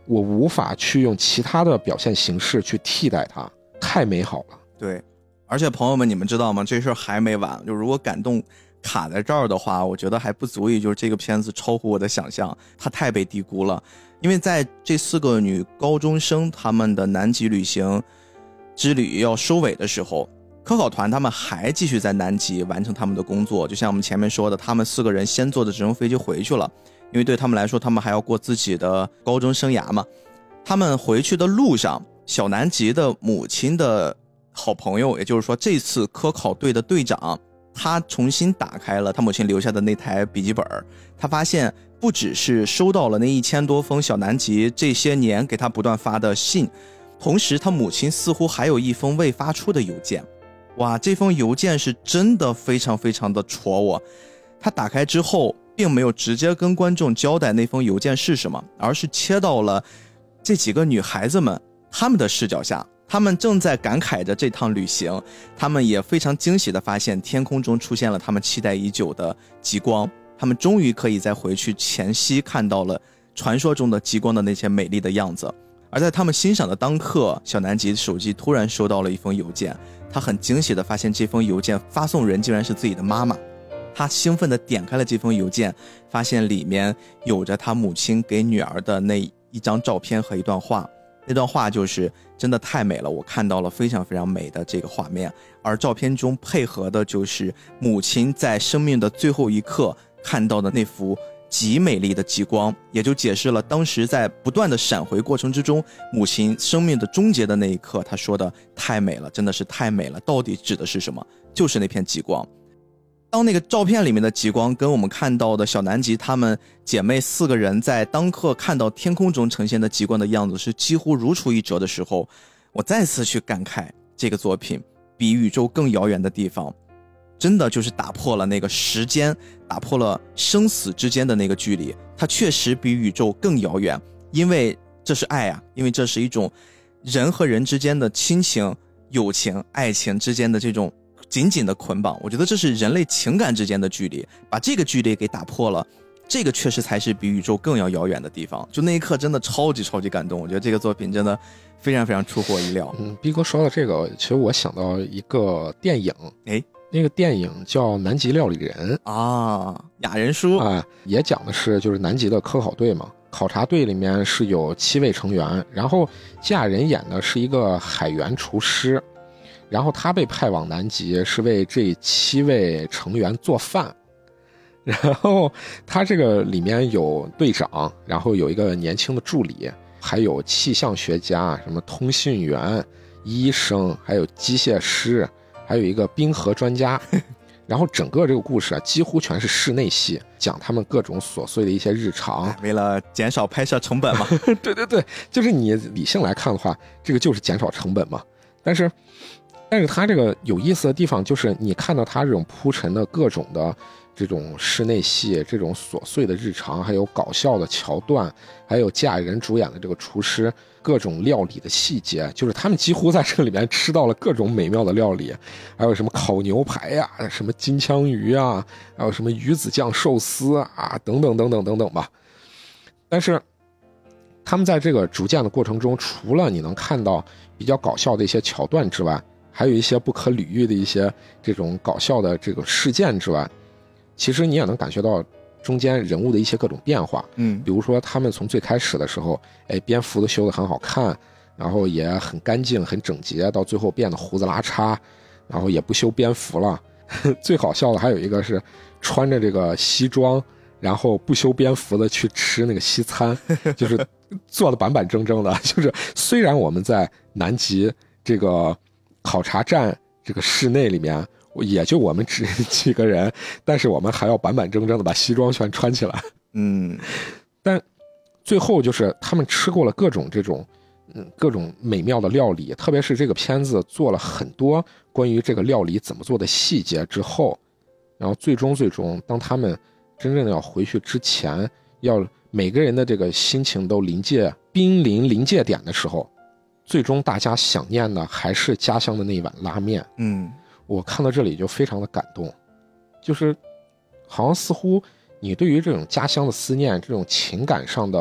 我无法去用其他的表现形式去替代它，太美好了。 对，而且朋友们，你们知道吗？这事儿还没完，就如果感动卡在这儿的话，我觉得还不足以就是这个片子超乎我的想象，它太被低估了。因为在这四个女高中生她们的南极旅行之旅要收尾的时候，科考团他们还继续在南极完成他们的工作，就像我们前面说的，他们四个人先坐着直升飞机回去了，因为对他们来说他们还要过自己的高中生涯嘛。他们回去的路上，小南极的母亲的好朋友，也就是说这次科考队的队长，他重新打开了他母亲留下的那台笔记本，他发现不只是收到了那一千多封小南极这些年给他不断发的信，同时他母亲似乎还有一封未发出的邮件。哇，这封邮件是真的非常非常的戳我。他打开之后并没有直接跟观众交代那封邮件是什么，而是切到了这几个女孩子们她们的视角下，她们正在感慨着这趟旅行，她们也非常惊喜地发现天空中出现了她们期待已久的极光，她们终于可以在回去前夕看到了传说中的极光的那些美丽的样子。而在他们欣赏的当刻，小南极手机突然收到了一封邮件，他很惊喜地发现这封邮件发送人竟然是自己的妈妈。他兴奋地点开了这封邮件，发现里面有着他母亲给女儿的那一张照片和一段话。那段话就是真的太美了，我看到了非常非常美的这个画面，而照片中配合的就是母亲在生命的最后一刻看到的那幅极美丽的极光，也就解释了当时在不断的闪回过程之中，母亲生命的终结的那一刻，她说的太美了，真的是太美了，到底指的是什么？就是那片极光。当那个照片里面的极光跟我们看到的小南极她们姐妹四个人在当刻看到天空中呈现的极光的样子是几乎如出一辙的时候，我再次去感慨这个作品比宇宙更遥远的地方，真的就是打破了那个时间，打破了生死之间的那个距离，它确实比宇宙更遥远，因为这是爱啊，因为这是一种人和人之间的亲情、友情、爱情之间的这种紧紧的捆绑，我觉得这是人类情感之间的距离，把这个距离给打破了，这个确实才是比宇宙更要遥远的地方。就那一刻真的超级超级感动，我觉得这个作品真的非常非常出乎我意料。 嗯，逼哥说到这个，其实我想到一个电影， 哎， 那个电影叫《南极料理人》 啊，雅人书啊，也讲的是就是南极的科考队嘛，考察队里面是有七位成员，然后季亚人演的是一个海员厨师，然后他被派往南极是为这七位成员做饭，然后他这个里面有队长，然后有一个年轻的助理，还有气象学家，什么通讯员、医生，还有机械师，还有一个冰河专家。然后整个这个故事啊，几乎全是室内戏，讲他们各种琐碎的一些日常， 为了减少拍摄成本嘛。 对对对，就是你理性来看的话，这个就是减少成本嘛。但是但是他这个有意思的地方就是你看到他这种铺陈的各种的这种室内戏，这种琐碎的日常，还有搞笑的桥段，还有季亚人主演的这个厨师各种料理的细节，就是他们几乎在这里面吃到了各种美妙的料理，还有什么烤牛排呀、啊，什么金枪鱼啊，还有什么鱼子酱寿司啊，等等等等等等吧。但是他们在这个逐渐的过程中，除了你能看到比较搞笑的一些桥段之外，还有一些不可理喻的一些这种搞笑的这个事件之外，其实你也能感觉到中间人物的一些各种变化。 嗯， 比如说他们从最开始的时候，哎，蝙蝠都修得很好看，然后也很干净很整洁，到最后变得胡子拉碴，然后也不修边幅了。最好笑的还有一个是穿着这个西装，然后不修边幅的去吃那个西餐，就是做的板板正正的。就是虽然我们在南极这个考察站这个室内里面也就我们只几个人，但是我们还要板板正正的把西装全穿起来。 嗯， 但最后就是他们吃过了各种这种嗯各种美妙的料理，特别是这个片子做了很多关于这个料理怎么做的细节之后，然后最终最终当他们真正的要回去之前，要每个人的这个心情都临界濒临临界点的时候，最终大家想念的还是家乡的那一碗拉面。 嗯， 我看到这里就非常的感动，就是好像似乎你对于这种家乡的思念，这种情感上的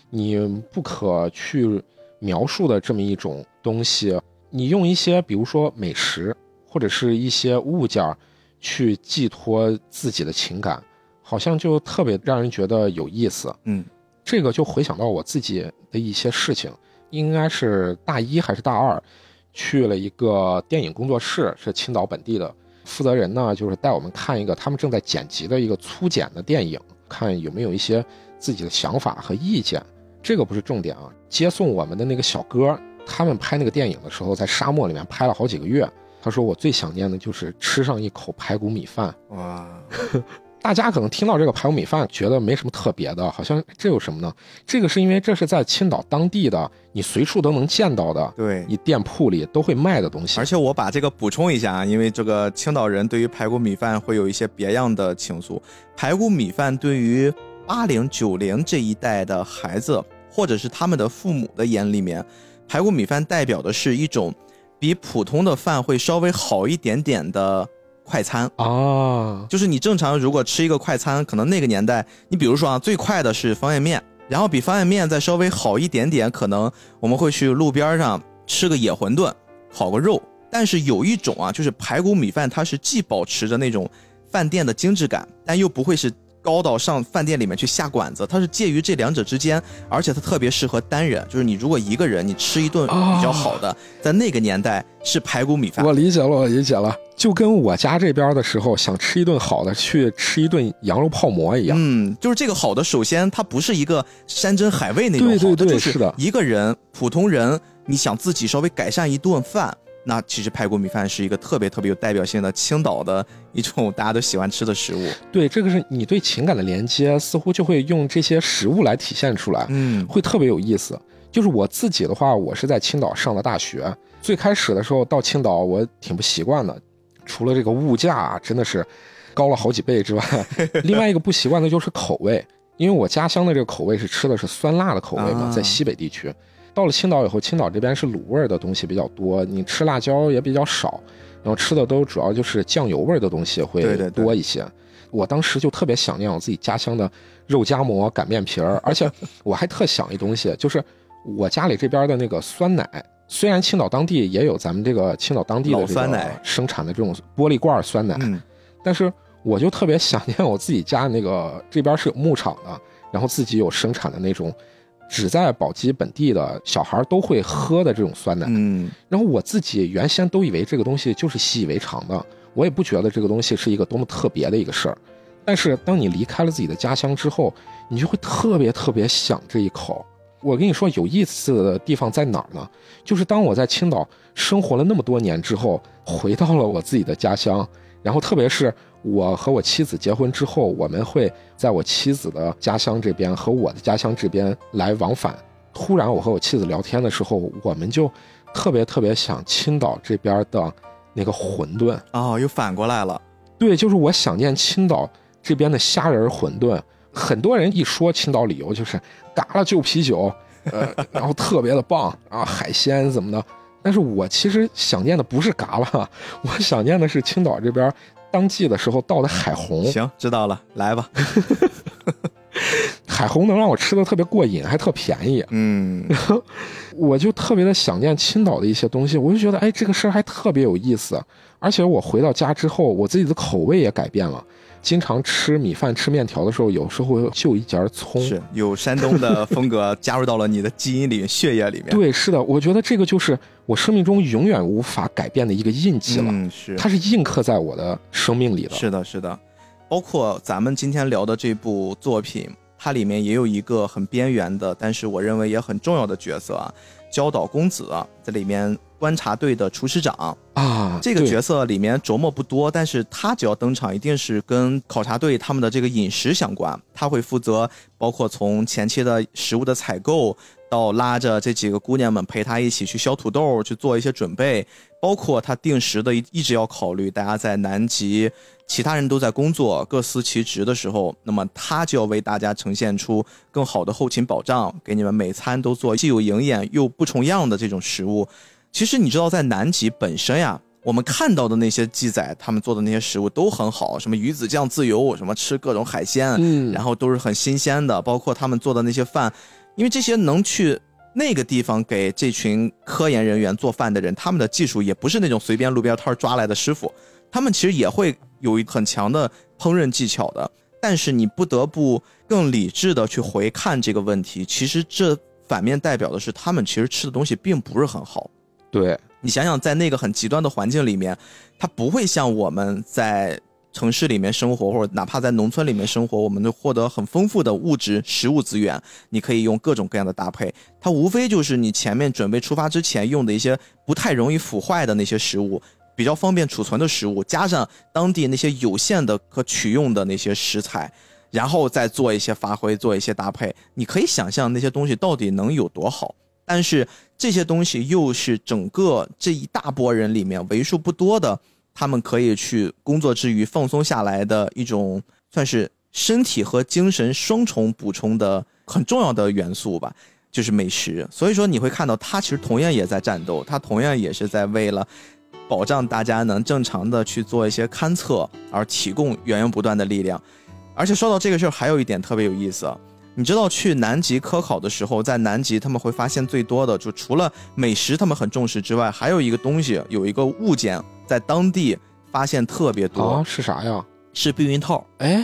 你不可去描述的这么一种东西，你用一些比如说美食或者是一些物件去寄托自己的情感，好像就特别让人觉得有意思。 嗯， 这个就回想到我自己的一些事情，应该是大一还是大二，去了一个电影工作室，是青岛本地的，负责人呢就是带我们看一个他们正在剪辑的一个粗剪的电影，看有没有一些自己的想法和意见。这个不是重点啊，接送我们的那个小哥，他们拍那个电影的时候在沙漠里面拍了好几个月，他说我最想念的就是吃上一口排骨米饭。 哇， 大家可能听到这个排骨米饭觉得没什么特别的，好像这有什么呢？这个是因为这是在青岛当地的，你随处都能见到的， 对， 你店铺里都会卖的东西。 而且我把这个补充一下啊，因为这个青岛人对于排骨米饭会有一些别样的情愫。排骨米饭对于八零九零这一代的孩子或者是他们的父母的眼里面，排骨米饭代表的是一种比普通的饭会稍微好一点点的快餐啊， 就是你正常如果吃一个快餐，可能那个年代你比如说啊，最快的是方便面，然后比方便面再稍微好一点点，可能我们会去路边上吃个野馄饨烤个肉。但是有一种啊，就是排骨米饭，它是既保持着那种饭店的精致感，但又不会是高到上饭店里面去下馆子，它是介于这两者之间，而且它特别适合单人，就是你如果一个人你吃一顿比较好的、哦、在那个年代是排骨米饭。 我理解了我理解了，就跟我家这边的时候想吃一顿好的去吃一顿羊肉泡馍一样。 嗯，就是这个好的，首先它不是一个山珍海味那种好的， 对对对， 就是一个人普通人你想自己稍微改善一顿饭，那其实排骨米饭是一个特别特别有代表性的青岛的一种大家都喜欢吃的食物。 对，这个是你对情感的连接，似乎就会用这些食物来体现出来， 嗯， 会特别有意思。就是我自己的话，我是在青岛上的大学，最开始的时候到青岛我挺不习惯的，除了这个物价真的是高了好几倍之外，另外一个不习惯的就是口味，因为我家乡的这个口味是吃的是酸辣的口味嘛，在西北地区。到了青岛以后，青岛这边是卤味的东西比较多，你吃辣椒也比较少，然后吃的都主要就是酱油味的东西会多一些。对对对，我当时就特别想念我自己家乡的肉夹馍、擀面皮儿，而且我还特想一东西，就是我家里这边的那个酸奶。虽然青岛当地也有咱们这个青岛当地的这个生产的这种玻璃罐酸奶，嗯，但是我就特别想念我自己家那个这边是有牧场的，然后自己有生产的那种只在宝鸡本地的小孩都会喝的这种酸奶。嗯，然后我自己原先都以为这个东西就是习以为常的，我也不觉得这个东西是一个多么特别的一个事儿。但是当你离开了自己的家乡之后，你就会特别特别想这一口。我跟你说有意思的地方在哪儿呢？就是当我在青岛生活了那么多年之后，回到了我自己的家乡，然后特别是我和我妻子结婚之后，我们会在我妻子的家乡这边和我的家乡这边来往返。突然我和我妻子聊天的时候，我们就特别特别想青岛这边的那个馄饨。 哦，又反过来了。 对，就是我想念青岛这边的虾仁馄饨。很多人一说青岛旅游就是嘎啦旧啤酒，呃，然后特别的棒啊，海鲜怎么的。但是我其实想念的不是嘎啦，我想念的是青岛这边当季的时候到的海虹。 行，知道了，来吧。 海虹能让我吃的特别过瘾，还特便宜。嗯，然后我就特别的想念青岛的一些东西，我就觉得哎，这个事儿还特别有意思。而且我回到家之后，我自己的口味也改变了。经常吃米饭吃面条的时候，有时候会就一截葱， 是有山东的风格加入到了你的基因里血液里面。 对，是的，我觉得这个就是我生命中永远无法改变的一个印记了。 嗯，是， 它是印刻在我的生命里的。 是的，是的。包括咱们今天聊的这部作品，它里面也有一个很边缘的，但是我认为也很重要的角色啊，焦岛公子在里面观察队的厨师长啊， 这个角色里面琢磨不多，但是他只要登场，一定是跟考察队他们的这个饮食相关。他会负责包括从前期的食物的采购，到拉着这几个姑娘们陪他一起去削土豆，去做一些准备，包括他定时的一直要考虑大家在南极其他人都在工作各司其职的时候，那么他就要为大家呈现出更好的后勤保障，给你们每餐都做既有营养又不重样的这种食物。其实你知道在南极本身呀，我们看到的那些记载他们做的那些食物都很好，什么鱼子酱自由，什么吃各种海鲜，嗯，然后都是很新鲜的，包括他们做的那些饭因为这些能去那个地方给这群科研人员做饭的人，他们的技术也不是那种随便路边摊抓来的师傅，他们其实也会有很强的烹饪技巧的。但是你不得不更理智的去回看这个问题，其实这反面代表的是他们其实吃的东西并不是很好。 对， 你想想在那个很极端的环境里面，它不会像我们在城市里面生活，或者哪怕在农村里面生活，我们就获得很丰富的物质食物资源，你可以用各种各样的搭配，它无非就是你前面准备出发之前用的一些不太容易腐坏的那些食物，比较方便储存的食物，加上当地那些有限的可取用的那些食材，然后再做一些发挥，做一些搭配，你可以想象那些东西到底能有多好。但是这些东西又是整个这一大波人里面为数不多的，他们可以去工作之余放松下来的一种算是身体和精神双重补充的很重要的元素吧，就是美食。所以说你会看到它其实同样也在战斗，它同样也是在为了保障大家能正常的去做一些勘测而提供源源不断的力量。而且说到这个事儿还有一点特别有意思，你知道去南极科考的时候，在南极他们会发现最多的，就除了美食他们很重视之外，还有一个东西，有一个物件在当地发现特别多。 啊，是啥呀？ 是避孕套。 哎，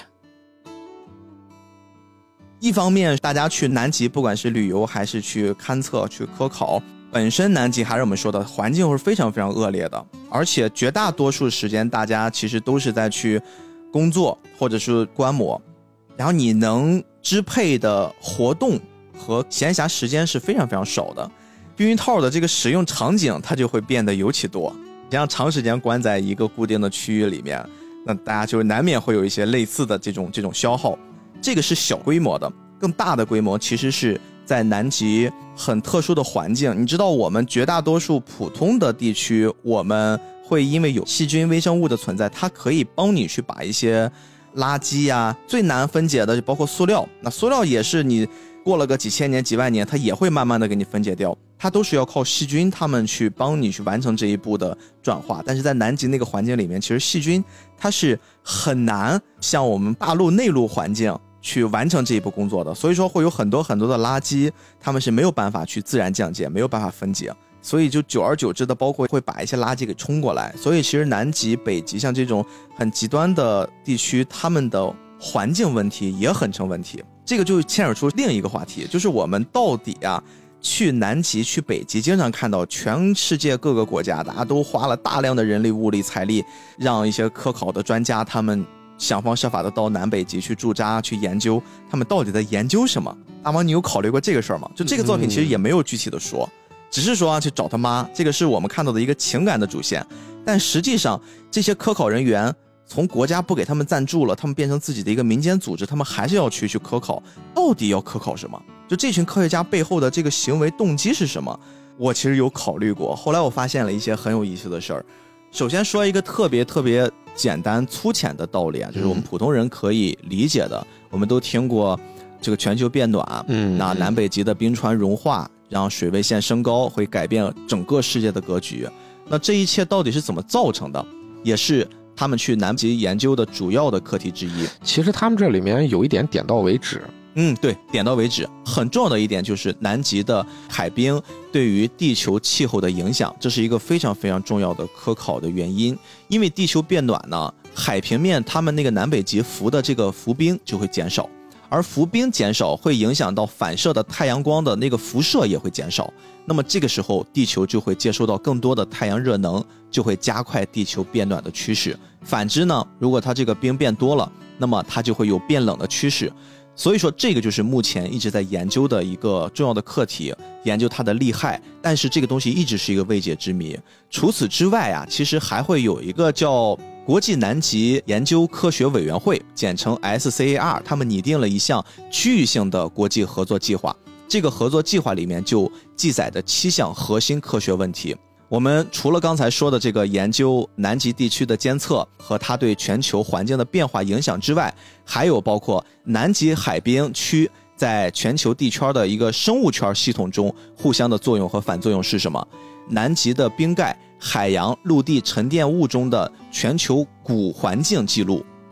一方面大家去南极不管是旅游还是去勘测去科考，本身南极还是我们说的环境是非常非常恶劣的，而且绝大多数时间大家其实都是在去工作或者是观摩，然后你能支配的活动和闲暇时间是非常非常少的，避孕套的这个使用场景它就会变得尤其多。这样长时间关在一个固定的区域里面，那大家就难免会有一些类似的这种这种消耗。这个是小规模的，更大的规模其实是在南极很特殊的环境。你知道我们绝大多数普通的地区，我们会因为有细菌微生物的存在，它可以帮你去把一些垃圾啊，最难分解的就包括塑料，那塑料也是你过了个几千年几万年它也会慢慢的给你分解掉，它都是要靠细菌他们去帮你去完成这一步的转化。但是在南极那个环境里面，其实细菌它是很难像我们大陆内陆环境去完成这一步工作的，所以说会有很多很多的垃圾他们是没有办法去自然降解，没有办法分解，所以就久而久之的包括会把一些垃圾给冲过来。所以其实南极北极像这种很极端的地区，他们的环境问题也很成问题。这个就牵扯出另一个话题，就是我们到底啊去南极去北极，经常看到全世界各个国家大家都花了大量的人力物力财力，让一些科考的专家他们想方设法的到南北极去驻扎去研究，他们到底在研究什么。大王你有考虑过这个事儿吗？就这个作品其实也没有具体的说、嗯、只是说啊去找他妈，这个是我们看到的一个情感的主线。但实际上这些科考人员从国家不给他们赞助了，他们变成自己的一个民间组织，他们还是要去去科考，到底要科考什么？就这群科学家背后的这个行为动机是什么？我其实有考虑过，后来我发现了一些很有意思的事儿。首先说一个特别特别简单粗浅的道理啊，就是我们普通人可以理解的，我们都听过这个全球变暖，嗯，那南北极的冰川融化，让水位线升高，会改变整个世界的格局。那这一切到底是怎么造成的，也是他们去南极研究的主要的课题之一。 其实他们这里面有一点点到为止。 嗯，对，点到为止。很重要的一点就是南极的海冰对于地球气候的影响，这是一个非常非常重要的科考的原因。因为地球变暖呢，海平面他们那个南北极浮的这个浮冰就会减少，而浮冰减少会影响到反射的太阳光的那个辐射也会减少。那么这个时候地球就会接收到更多的太阳热能，就会加快地球变暖的趋势。反之呢，如果它这个冰变多了，那么它就会有变冷的趋势。所以说这个就是目前一直在研究的一个重要的课题，研究它的利害，但是这个东西一直是一个未解之谜。除此之外啊，其实还会有一个叫国际南极研究科学委员会，简称 S C A R， 他们拟定了一项区域性的国际合作计划。这个合作计划里面就记载着七项核心科学问题。我们除了刚才说的这个研究南极地区的监测和它对全球环境的变化影响之外，还有包括南极海冰区在全球地圈的一个生物圈系统中互相的作用和反作用是什么，南极的冰盖、海洋、陆地沉淀物中的全球古环境记录，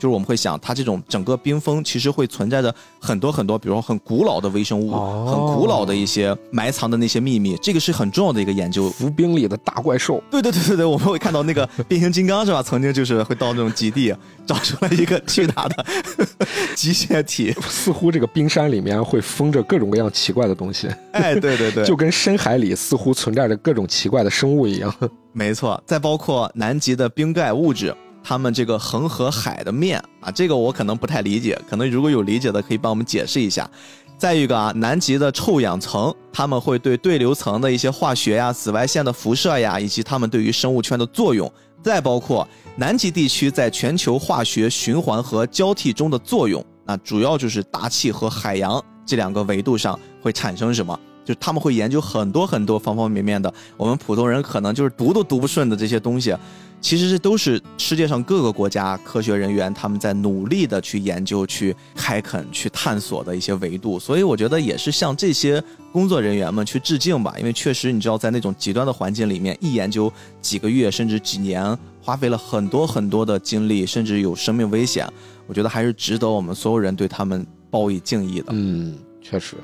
就是我们会想，它这种整个冰封其实会存在着很多很多，比如说很古老的微生物， 哦、 很古老的一些埋藏的那些秘密，这个是很重要的一个研究。 浮冰里的大怪兽， 对对对对对，我们会看到那个变形金刚是吧？曾经就是会到那种极地找出来一个巨大的机械体， 似乎这个冰山里面会封着各种各样奇怪的东西。 哎，对对对， 就跟深海里似乎存在着各种奇怪的生物一样。 没错，再包括南极的冰盖物质，他们这个恒河海的面啊，这个我可能不太理解，可能如果有理解的可以帮我们解释一下。再一个啊，南极的臭氧层，他们会对对流层的一些化学呀、紫外线的辐射呀，以及他们对于生物圈的作用。再包括南极地区在全球化学循环和交替中的作用，那主要就是大气和海洋这两个维度上会产生什么，就他们会研究很多很多方方面面的，我们普通人可能就是读都读不顺的这些东西，其实这都是世界上各个国家科学人员他们在努力的去研究、去开垦、去探索的一些维度。所以我觉得也是向这些工作人员们去致敬吧，因为确实你知道在那种极端的环境里面，一研究几个月甚至几年，花费了很多很多的精力，甚至有生命危险，我觉得还是值得我们所有人对他们报以敬意的。 嗯，确实。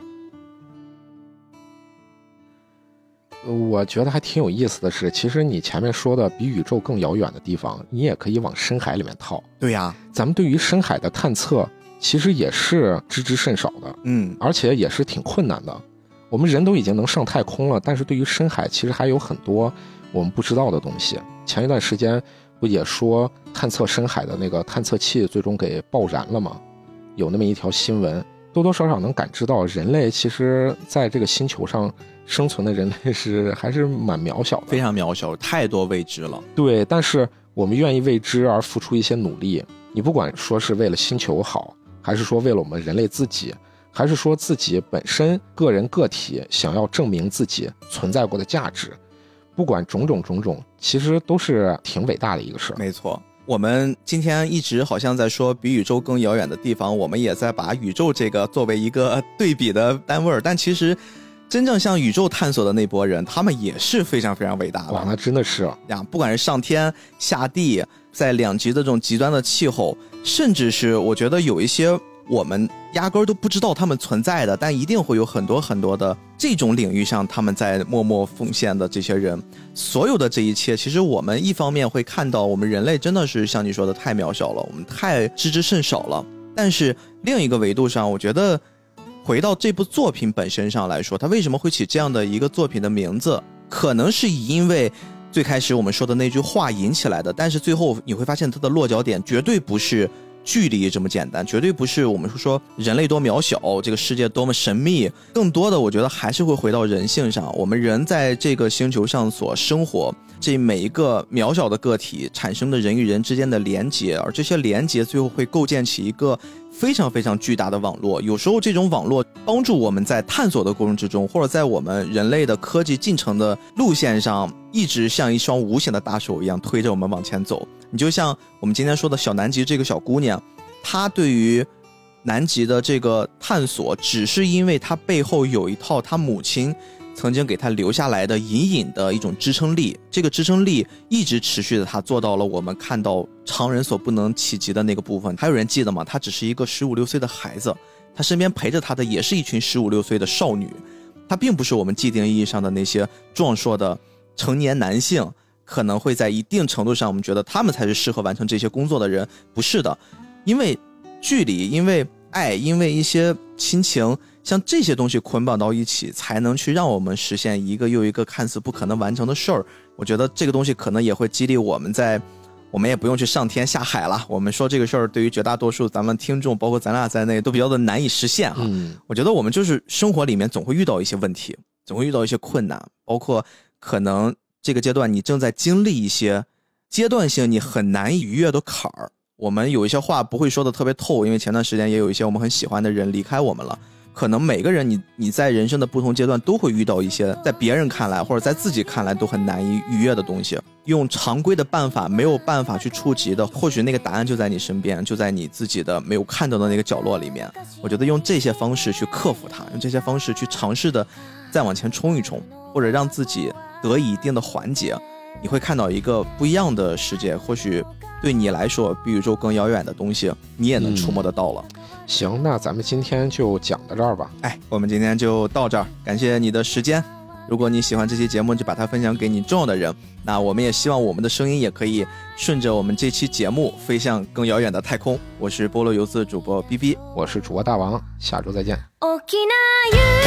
我觉得还挺有意思的是，其实你前面说的比宇宙更遥远的地方，你也可以往深海里面套。 对呀， 咱们对于深海的探测其实也是知之甚少的， 嗯， 而且也是挺困难的。我们人都已经能上太空了，但是对于深海其实还有很多我们不知道的东西。前一段时间不也说探测深海的那个探测器最终给爆燃了吗？有那么一条新闻，多多少少能感知到人类其实在这个星球上生存的人类是还是蛮渺小的， 非常渺小，太多未知了。 对，但是我们愿意为之而付出一些努力，你不管说是为了星球好，还是说为了我们人类自己，还是说自己本身个人个体想要证明自己存在过的价值，不管种种种种，其实都是挺伟大的一个事。 没错，我们今天一直好像在说比宇宙更遥远的地方，我们也在把宇宙这个作为一个对比的单位，但其实真正向宇宙探索的那波人，他们也是非常非常伟大的。 哇，那真的是呀，不管是上天下地，在两极的这种极端的气候，甚至是我觉得有一些我们压根儿都不知道他们存在的，但一定会有很多很多的这种领域上他们在默默奉献的这些人，所有的这一切，其实我们一方面会看到我们人类真的是像你说的太渺小了，我们太知之甚少了，但是另一个维度上，我觉得回到这部作品本身上来说，它为什么会起这样的一个作品的名字，可能是因为最开始我们说的那句话引起来的，但是最后你会发现它的落脚点绝对不是距离这么简单，绝对不是我们说人类多渺小，这个世界多么神秘，更多的我觉得还是会回到人性上，我们人在这个星球上所生活，这每一个渺小的个体产生的人与人之间的连结，而这些连结最后会构建起一个非常非常巨大的网络。有时候这种网络帮助我们在探索的过程之中，或者在我们人类的科技进程的路线上，一直像一双无形的大手一样推着我们往前走。你就像我们今天说的小南极这个小姑娘，她对于南极的这个探索，只是因为她背后有一套她母亲曾经给她留下来的隐隐的一种支撑力，这个支撑力一直持续的，她做到了我们看到常人所不能企及的那个部分。还有人记得吗？她只是一个十五六岁的孩子，她身边陪着她的也是一群十五六岁的少女，她并不是我们既定意义上的那些壮硕的成年男性，可能会在一定程度上我们觉得他们才是适合完成这些工作的人，不是的。因为距离，因为爱，因为一些亲情，像这些东西捆绑到一起，才能去让我们实现一个又一个看似不可能完成的事儿。我觉得这个东西可能也会激励我们在，我们也不用去上天下海了，我们说这个事儿对于绝大多数咱们听众包括咱俩在内都比较的难以实现哈、嗯、我觉得我们就是生活里面总会遇到一些问题，总会遇到一些困难，包括可能这个阶段你正在经历一些阶段性你很难以逾越的坎儿。我们有一些话不会说的特别透，因为前段时间也有一些我们很喜欢的人离开我们了。可能每个人你你在人生的不同阶段都会遇到一些在别人看来或者在自己看来都很难以逾越的东西，用常规的办法没有办法去触及的，或许那个答案就在你身边，就在你自己的没有看到的那个角落里面。我觉得用这些方式去克服它，用这些方式去尝试的再往前冲一冲，或者让自己得以一定的缓解，你会看到一个不一样的世界。或许对你来说比宇宙更遥远的东西，你也能触摸得到了。 嗯、行，那咱们今天就讲到这儿吧。 哎，我们今天就到这儿，感谢你的时间。如果你喜欢这期节目，就把它分享给你重要的人。那我们也希望我们的声音也可以顺着我们这期节目飞向更遥远的太空。我是菠萝游子主播 B B， 我是主播大王，下周再见。